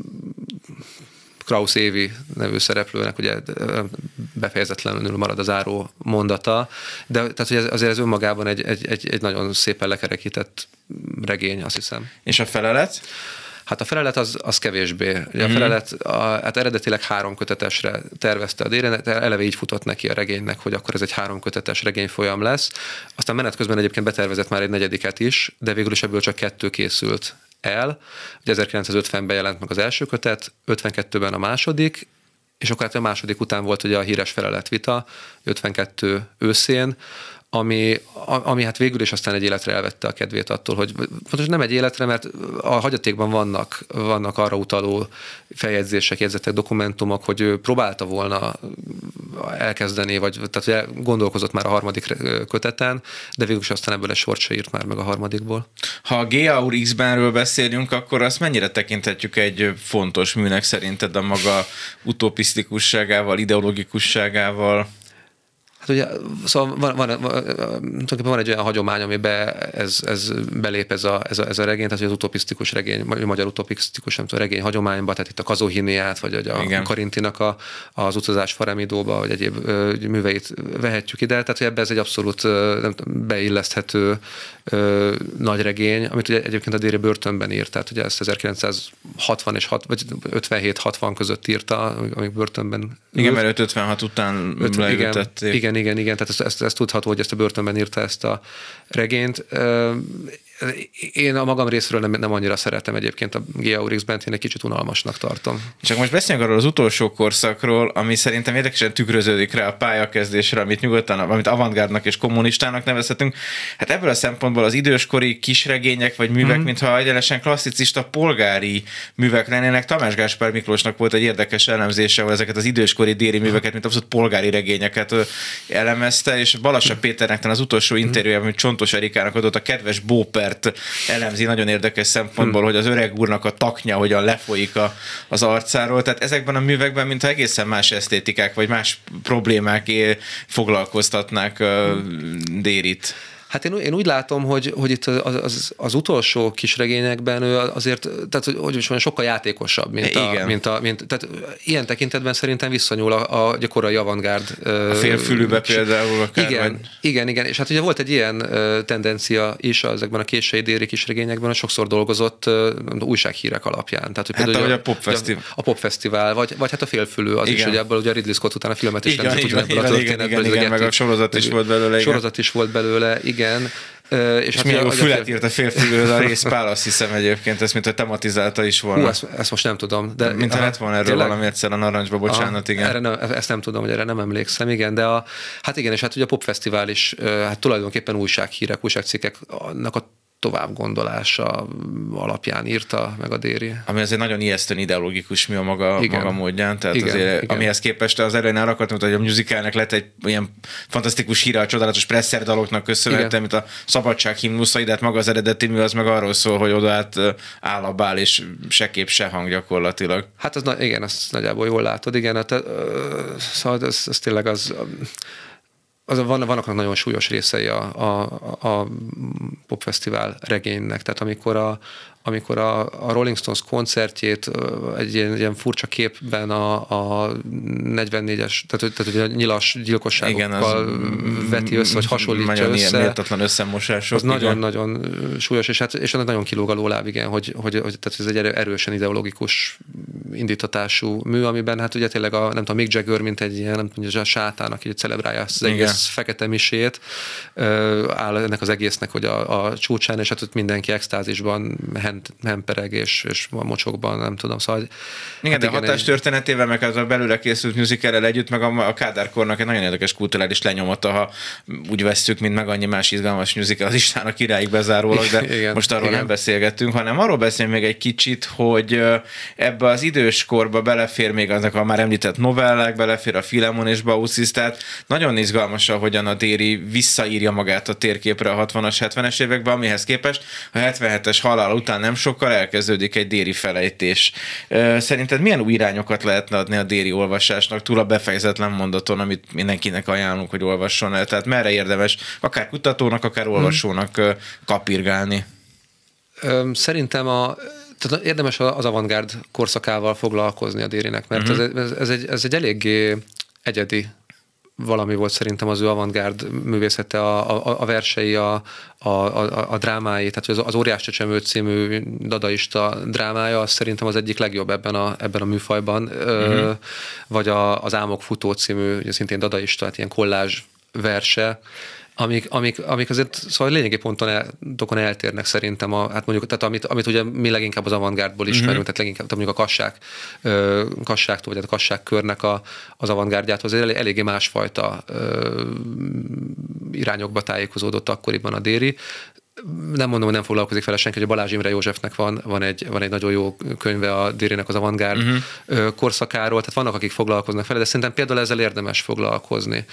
Krausz Évi nevű szereplőnek ugye befejezetlenül marad a záró mondata, de tehát hogy azért ez önmagában egy nagyon szépen lekerekített regény, azt hiszem. És a felelet? Hát a felelet az kevésbé. Ugye a felelet hát eredetileg 3 kötetesre tervezte a Déri, eleve így futott neki a regénynek, hogy akkor ez egy 3 kötetes regényfolyam lesz. Aztán menet közben egyébként betervezett már egy 4. is, de végül is ebből csak 2 készült el. Ugye 1950-ben jelent meg az első kötet, 52-ben a második, és akkor hát a második után volt ugye a híres feleletvita, 52 őszén, ami hát végül is aztán egy életre elvette a kedvét attól, hogy fontos nem egy életre, mert a hagyatékban vannak arra utaló feljegyzések, jegyzetek, dokumentumok, hogy ő próbálta volna elkezdeni, vagy tehát gondolkozott már a 3. köteten, de végül is aztán ebből egy sort se írt már meg a 3-ból. Ha a G.A. úr X-benről beszélünk, akkor azt mennyire tekinthetjük egy fontos műnek szerinted a maga utopisztikusságával, ideologikusságával? Hát ugye, szóval van egy olyan hagyomány, amiben ez belép ez a regény, tehát az utopisztikus regény, magyar utopisztikus, nem tudom, regény hagyományba, tehát itt a Kazuhiniát, vagy a Karintinak az utazás Faramidóba, vagy egyéb műveit vehetjük ide, tehát hogy ebben ez egy abszolút beilleszthető nagy regény, amit ugye egyébként a Déri börtönben írt, tehát ugye ezt 1960 és 57-60 között írta, amíg börtönben. Igen, mert 56 után leütették. Igen, tehát ezt tudható, hogy ezt a börtönben írta ezt a regényt. Én a magam részről nem annyira szeretem egyébként a G.A. úr X-bent, én egy kicsit unalmasnak tartom. Csak most beszéljünk arról az utolsó korszakról, ami szerintem érdekesen tükröződik rá a pályakezdésre, amit avantgárdnak és kommunistának nevezhetünk. Hát ebből a szempontból az időskori kisregények vagy művek, mintha egyenesen klasszicista polgári művek lennének. Tamás Gáspár Miklósnak volt egy érdekes elemzése, ahol ezeket az időskori déri műveket, mint abszolút polgári regényeket elemezte, és Balassa Péternek az utolsó interjújában, amit Csontos Erikának adott, a kedves Bóper elemzi nagyon érdekes szempontból, hogy az öreg úrnak a taknya hogyan lefolyik az arcáról. Tehát ezekben a művekben mintha egészen más esztétikák, vagy más problémák foglalkoztatnák Dérit. Hát én úgy látom, hogy itt az utolsó kisregényekben ő azért, tehát hogy is mondjam, sokkal játékosabb, tehát ilyen tekintetben szerintem visszanyúl a korai avantgárd. A félfülűbe például akár. Igen, és hát ugye volt egy ilyen tendencia is ezekben a késői déri kisregényekben, hogy sokszor dolgozott újsághírek alapján. Tehát, hogy például a Popfesztivál. A Popfesztivál, vagy hát a félfülű az is, hogy ebből ugye Ridley Scott után a filmet is igen, meg a sorozat is volt belőle. Sorozat is volt belőle, igen. És hát milyen fület írt a félfülőhöz a Részpál, azt hiszem egyébként, ezt mint hogy tematizálta is volna. Ezt most nem tudom. De mint ha lett volna erről valami egyszer a Narancsba, bocsánat, igen. Ezt nem tudom, hogy erre nem emlékszem, igen, de hát igen, és hát ugye a Popfesztivál is hát tulajdonképpen újsághírek, újságcikkeknek a tovább gondolása alapján írta meg a Déri. Ami azért nagyon ijesztően ideológikus mi a maga módján, tehát azért, amihez képest az elején arra akartam, hogy a musicalnek lett egy ilyen fantasztikus híre a csodálatos Presser daloknak köszönhetően, mint a Szabadság himnusza, de hát maga az eredeti mű az meg arról szól, hogy oda hát áll a bál, és se kép, se hang gyakorlatilag. Hát igen, azt nagyjából jól látod, igen, szóval ez tényleg az vannak nagyon súlyos részei a popfesztivál regénynek, tehát amikor a Rolling Stones koncertjét egy ilyen furcsa képben a 44-es, tehát a nyilas gyilkosságokkal veti össze, vagy hasonlítja össze. Nagyon méltatlan összemosások. Az nagyon-nagyon súlyos, és nagyon kilóg a lóláb, igen, hogy tehát ez egy erősen ideológikus indítatású mű, amiben hát ugye tényleg nem tudom, Mick Jagger, mint egy ilyen, nem tudom, a sátán, aki celebrálja az egész fekete misét, áll ennek az egésznek, hogy a csúcsán, és hát ott mindenki extázisban hempereg, és a mocsokban, nem tudom, szóval... Igen, de a hatás történetével, meg az a belőle készült musicalrel együtt, meg a Kádárkornak egy nagyon érdekes kulturális lenyomata, ha úgy vesszük, mint meg annyi más izgalmas musical az István királyig bezárólag, de igen, most arról nem beszélgettünk, hanem arról beszélünk még egy kicsit, hogy ebbe az idős korba belefér még azok a már említett novellák, belefér a Filemon és Baucis, tehát nagyon izgalmas, ahogyan a Déri visszaírja magát a térképre a 60-as, 70-es években, amihez képest a 77-es halál után nem sokkal elkezdődik egy Déri felejtés. Szerinted milyen új irányokat lehetne adni a Déri olvasásnak túl a befejezetlen mondaton, amit mindenkinek ajánlunk, hogy olvasson el? Tehát merre érdemes akár kutatónak, akár olvasónak kapirgálni? Szerintem tehát érdemes az avantgárd korszakával foglalkozni a Dérinek, mert ez egy eléggé egyedi valami volt szerintem az ő avantgárd művészete, a versei, a drámái, tehát az Óriás Csecsemő című dadaista drámája, az szerintem az egyik legjobb ebben a műfajban, vagy az Álmok futó című, szintén dadaista, hát ilyen kollázs verse, amik azért szóval lényegi pontokon eltérnek szerintem, hát mondjuk, tehát amit ugye mi leginkább az avantgárdból ismerünk, tehát leginkább mondjuk a Kasságtól, vagy a Kassák körnek az avantgárdjától, azért eléggé másfajta irányokba tájékozódott akkoriban a Déri. Nem mondom, hogy nem foglalkozik vele senki, hogy a Balázs Imre Józsefnek van egy nagyon jó könyve a Dérinek az avantgárd korszakáról, tehát vannak, akik foglalkoznak vele, de szerintem például ezzel érdemes foglalkozni.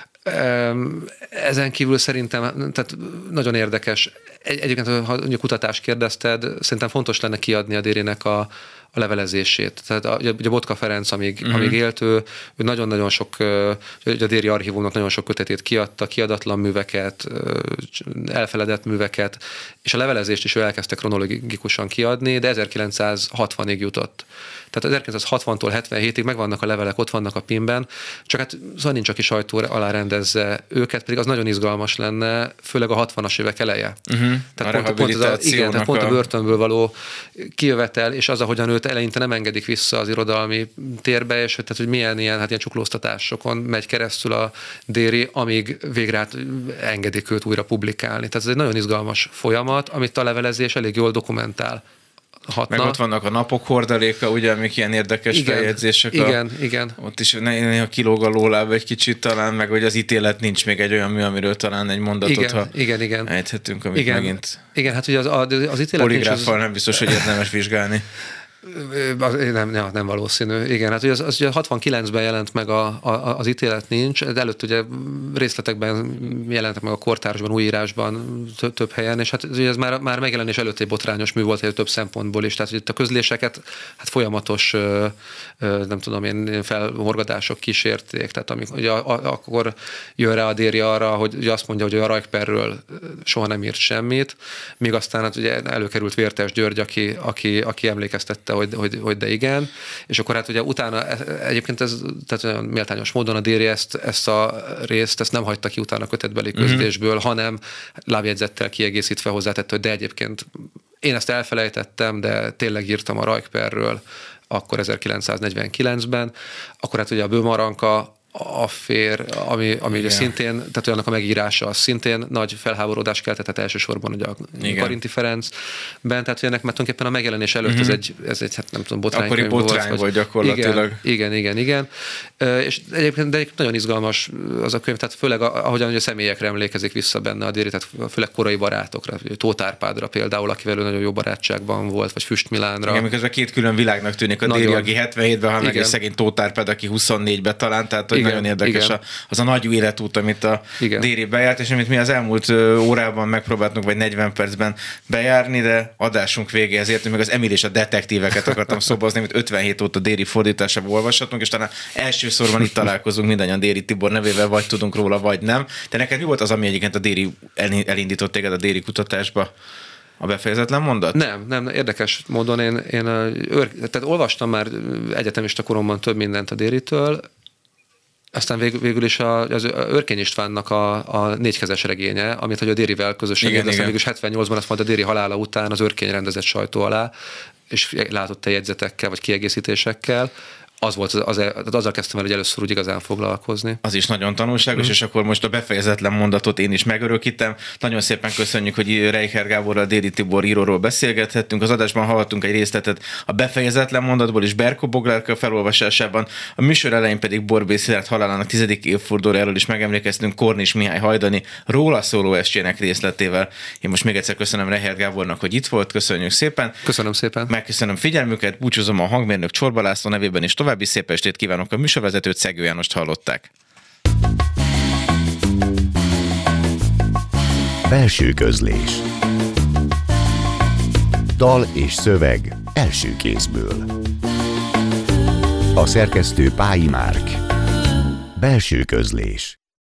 Ezen kívül szerintem tehát nagyon érdekes. Egyébként, ha a kutatást kérdezted, szerintem fontos lenne kiadni a Dérinek a levelezését. Tehát a Botka Ferenc, amíg élt, ő nagyon-nagyon sok, a Déri archívumnak nagyon sok kötetét kiadta, kiadatlan műveket, elfeledett műveket, és a levelezést is ő elkezdte kronológikusan kiadni, de 1960-ig jutott. Tehát 1960-tól 77-ig megvannak a levelek, ott vannak a PIM-ben, csak hát szóval nincs, aki sajtó alá rendezze őket, pedig az nagyon izgalmas lenne, főleg a 60-as évek eleje. Tehát pont a börtönből való kijövetel, és az, ahogyan őt eleinte nem engedik vissza az irodalmi térbe, és tehát, hogy milyen ilyen csuklóztatásokon megy keresztül a Déri, amíg végre engedik őt újra publikálni. Tehát ez egy nagyon izgalmas folyamat, amit a levelezés elég jól dokumentál. Meg ott vannak a napok hordaléka, ugye, amik ilyen érdekes feljegyzések. Igen. Ott is néha kilóg a lóláb egy kicsit talán, meg hogy az ítélet nincs még egy olyan mű, amiről talán egy mondatot, igen. ejthetünk, amit megint igen, hát ugye az ítélet poligráffal nem biztos, hogy érdemes vizsgálni. Nem valószínű. Igen, hát ugye az ugye 69-ben jelent meg az ítélet nincs, de előtt ugye részletekben jelentek meg a kortársban, újírásban több helyen, és hát ugye ez már megjelenés előtt egy botrányos mű volt, több szempontból is. Tehát itt a közléseket hát folyamatos, nem tudom én, felhorgadások kísérték. Tehát ugye akkor jön rá a Déri arra, hogy ugye azt mondja, hogy a Rajkperről soha nem írt semmit, míg aztán hát ugye előkerült Vértes György, aki emlékeztette, hogy de igen, és akkor hát ugye utána egyébként ez, tehát olyan méltányos módon a Déri ezt a részt nem hagyta ki utána a kötetbeli közlésből, hanem lábjegyzettel kiegészítve hozzátette, hogy de egyébként én ezt elfelejtettem, de tényleg írtam a Rajkperről akkor 1949-ben, akkor hát ugye a Bőmaranka affér, ami ugye szintén, tehát olyannak a megírása, az szintén nagy felháborodást keltett elsősorban ugye a Karinti Ferencben, tehát ennek mert tulajdonképpen a megjelenés előtt ez egy hát nem tudom, botránykönyv volt. Akkori botrány volt gyakorlatilag. Igen. És egyébként nagyon izgalmas az a könyv, tehát főleg ahogyan a személyekre emlékezik vissza benne a Déri, tehát főleg korai barátokra, Tóth Árpádra például, akivel nagyon jó barátságban volt, vagy Füst Milánra. Igen, miközben két külön világnak tűnik a Déri, aki 77-ben hal meg, és szegény Tóth Árpád, aki 24-ben talán, tehát nagyon érdekes az a nagy életút, amit a Déri bejárt, és amit mi az elmúlt órában megpróbáltunk, vagy 40 percben bejárni, de adásunk végéhez értünk, meg az Emil és a detektíveket akartam szobozni, amit 57 óta Déri fordításában olvashatunk, és talán első szorban itt találkozunk mindannyian Déri Tibor nevével, vagy tudunk róla, vagy nem. De neked mi volt az, ami egyébként a Déri elindított téged a Déri kutatásba? A befejezetlen mondat? Nem, érdekes módon én tehát olvastam már egyetemista koromban több mindent a Déritől, aztán végül is az Örkény Istvánnak a négykezes regénye, amit hogy a Dérivel közösen végül is 78-ban, azt majd a Déri halála után az Örkény rendezett sajtó alá, és látott jegyzetekkel, vagy kiegészítésekkel. Azzal kezdtem el, hogy először úgy igazán foglalkozni. Az is nagyon tanulságos, és akkor most a befejezetlen mondatot én is megörökítem. Nagyon szépen köszönjük, hogy Reicher Gáborral, Déri Tibor íróról beszélgethettünk. Az adásban hallhattunk egy részletet a befejezetlen mondatból is Berko Boglárka felolvasásában. A műsor elején pedig Borbély Szilárd halálának 10. évfordulójáról is megemlékeztünk Kornis Mihály Hajdani róla szóló estjének részletével. Én most még egyszer köszönöm Reicher Gábornak, hogy itt volt. Köszönjük szépen. Köszönöm szépen. Megköszönöm figyelmüket. Búcsúzom a hangmérnök Csorba László nevében is. További szép estét kívánok, a műsorvezetőt, Szegő Jánost hallották. Belső közlés. Dal és szöveg első kézből. A szerkesztő Pályi Márk. Belső közlés.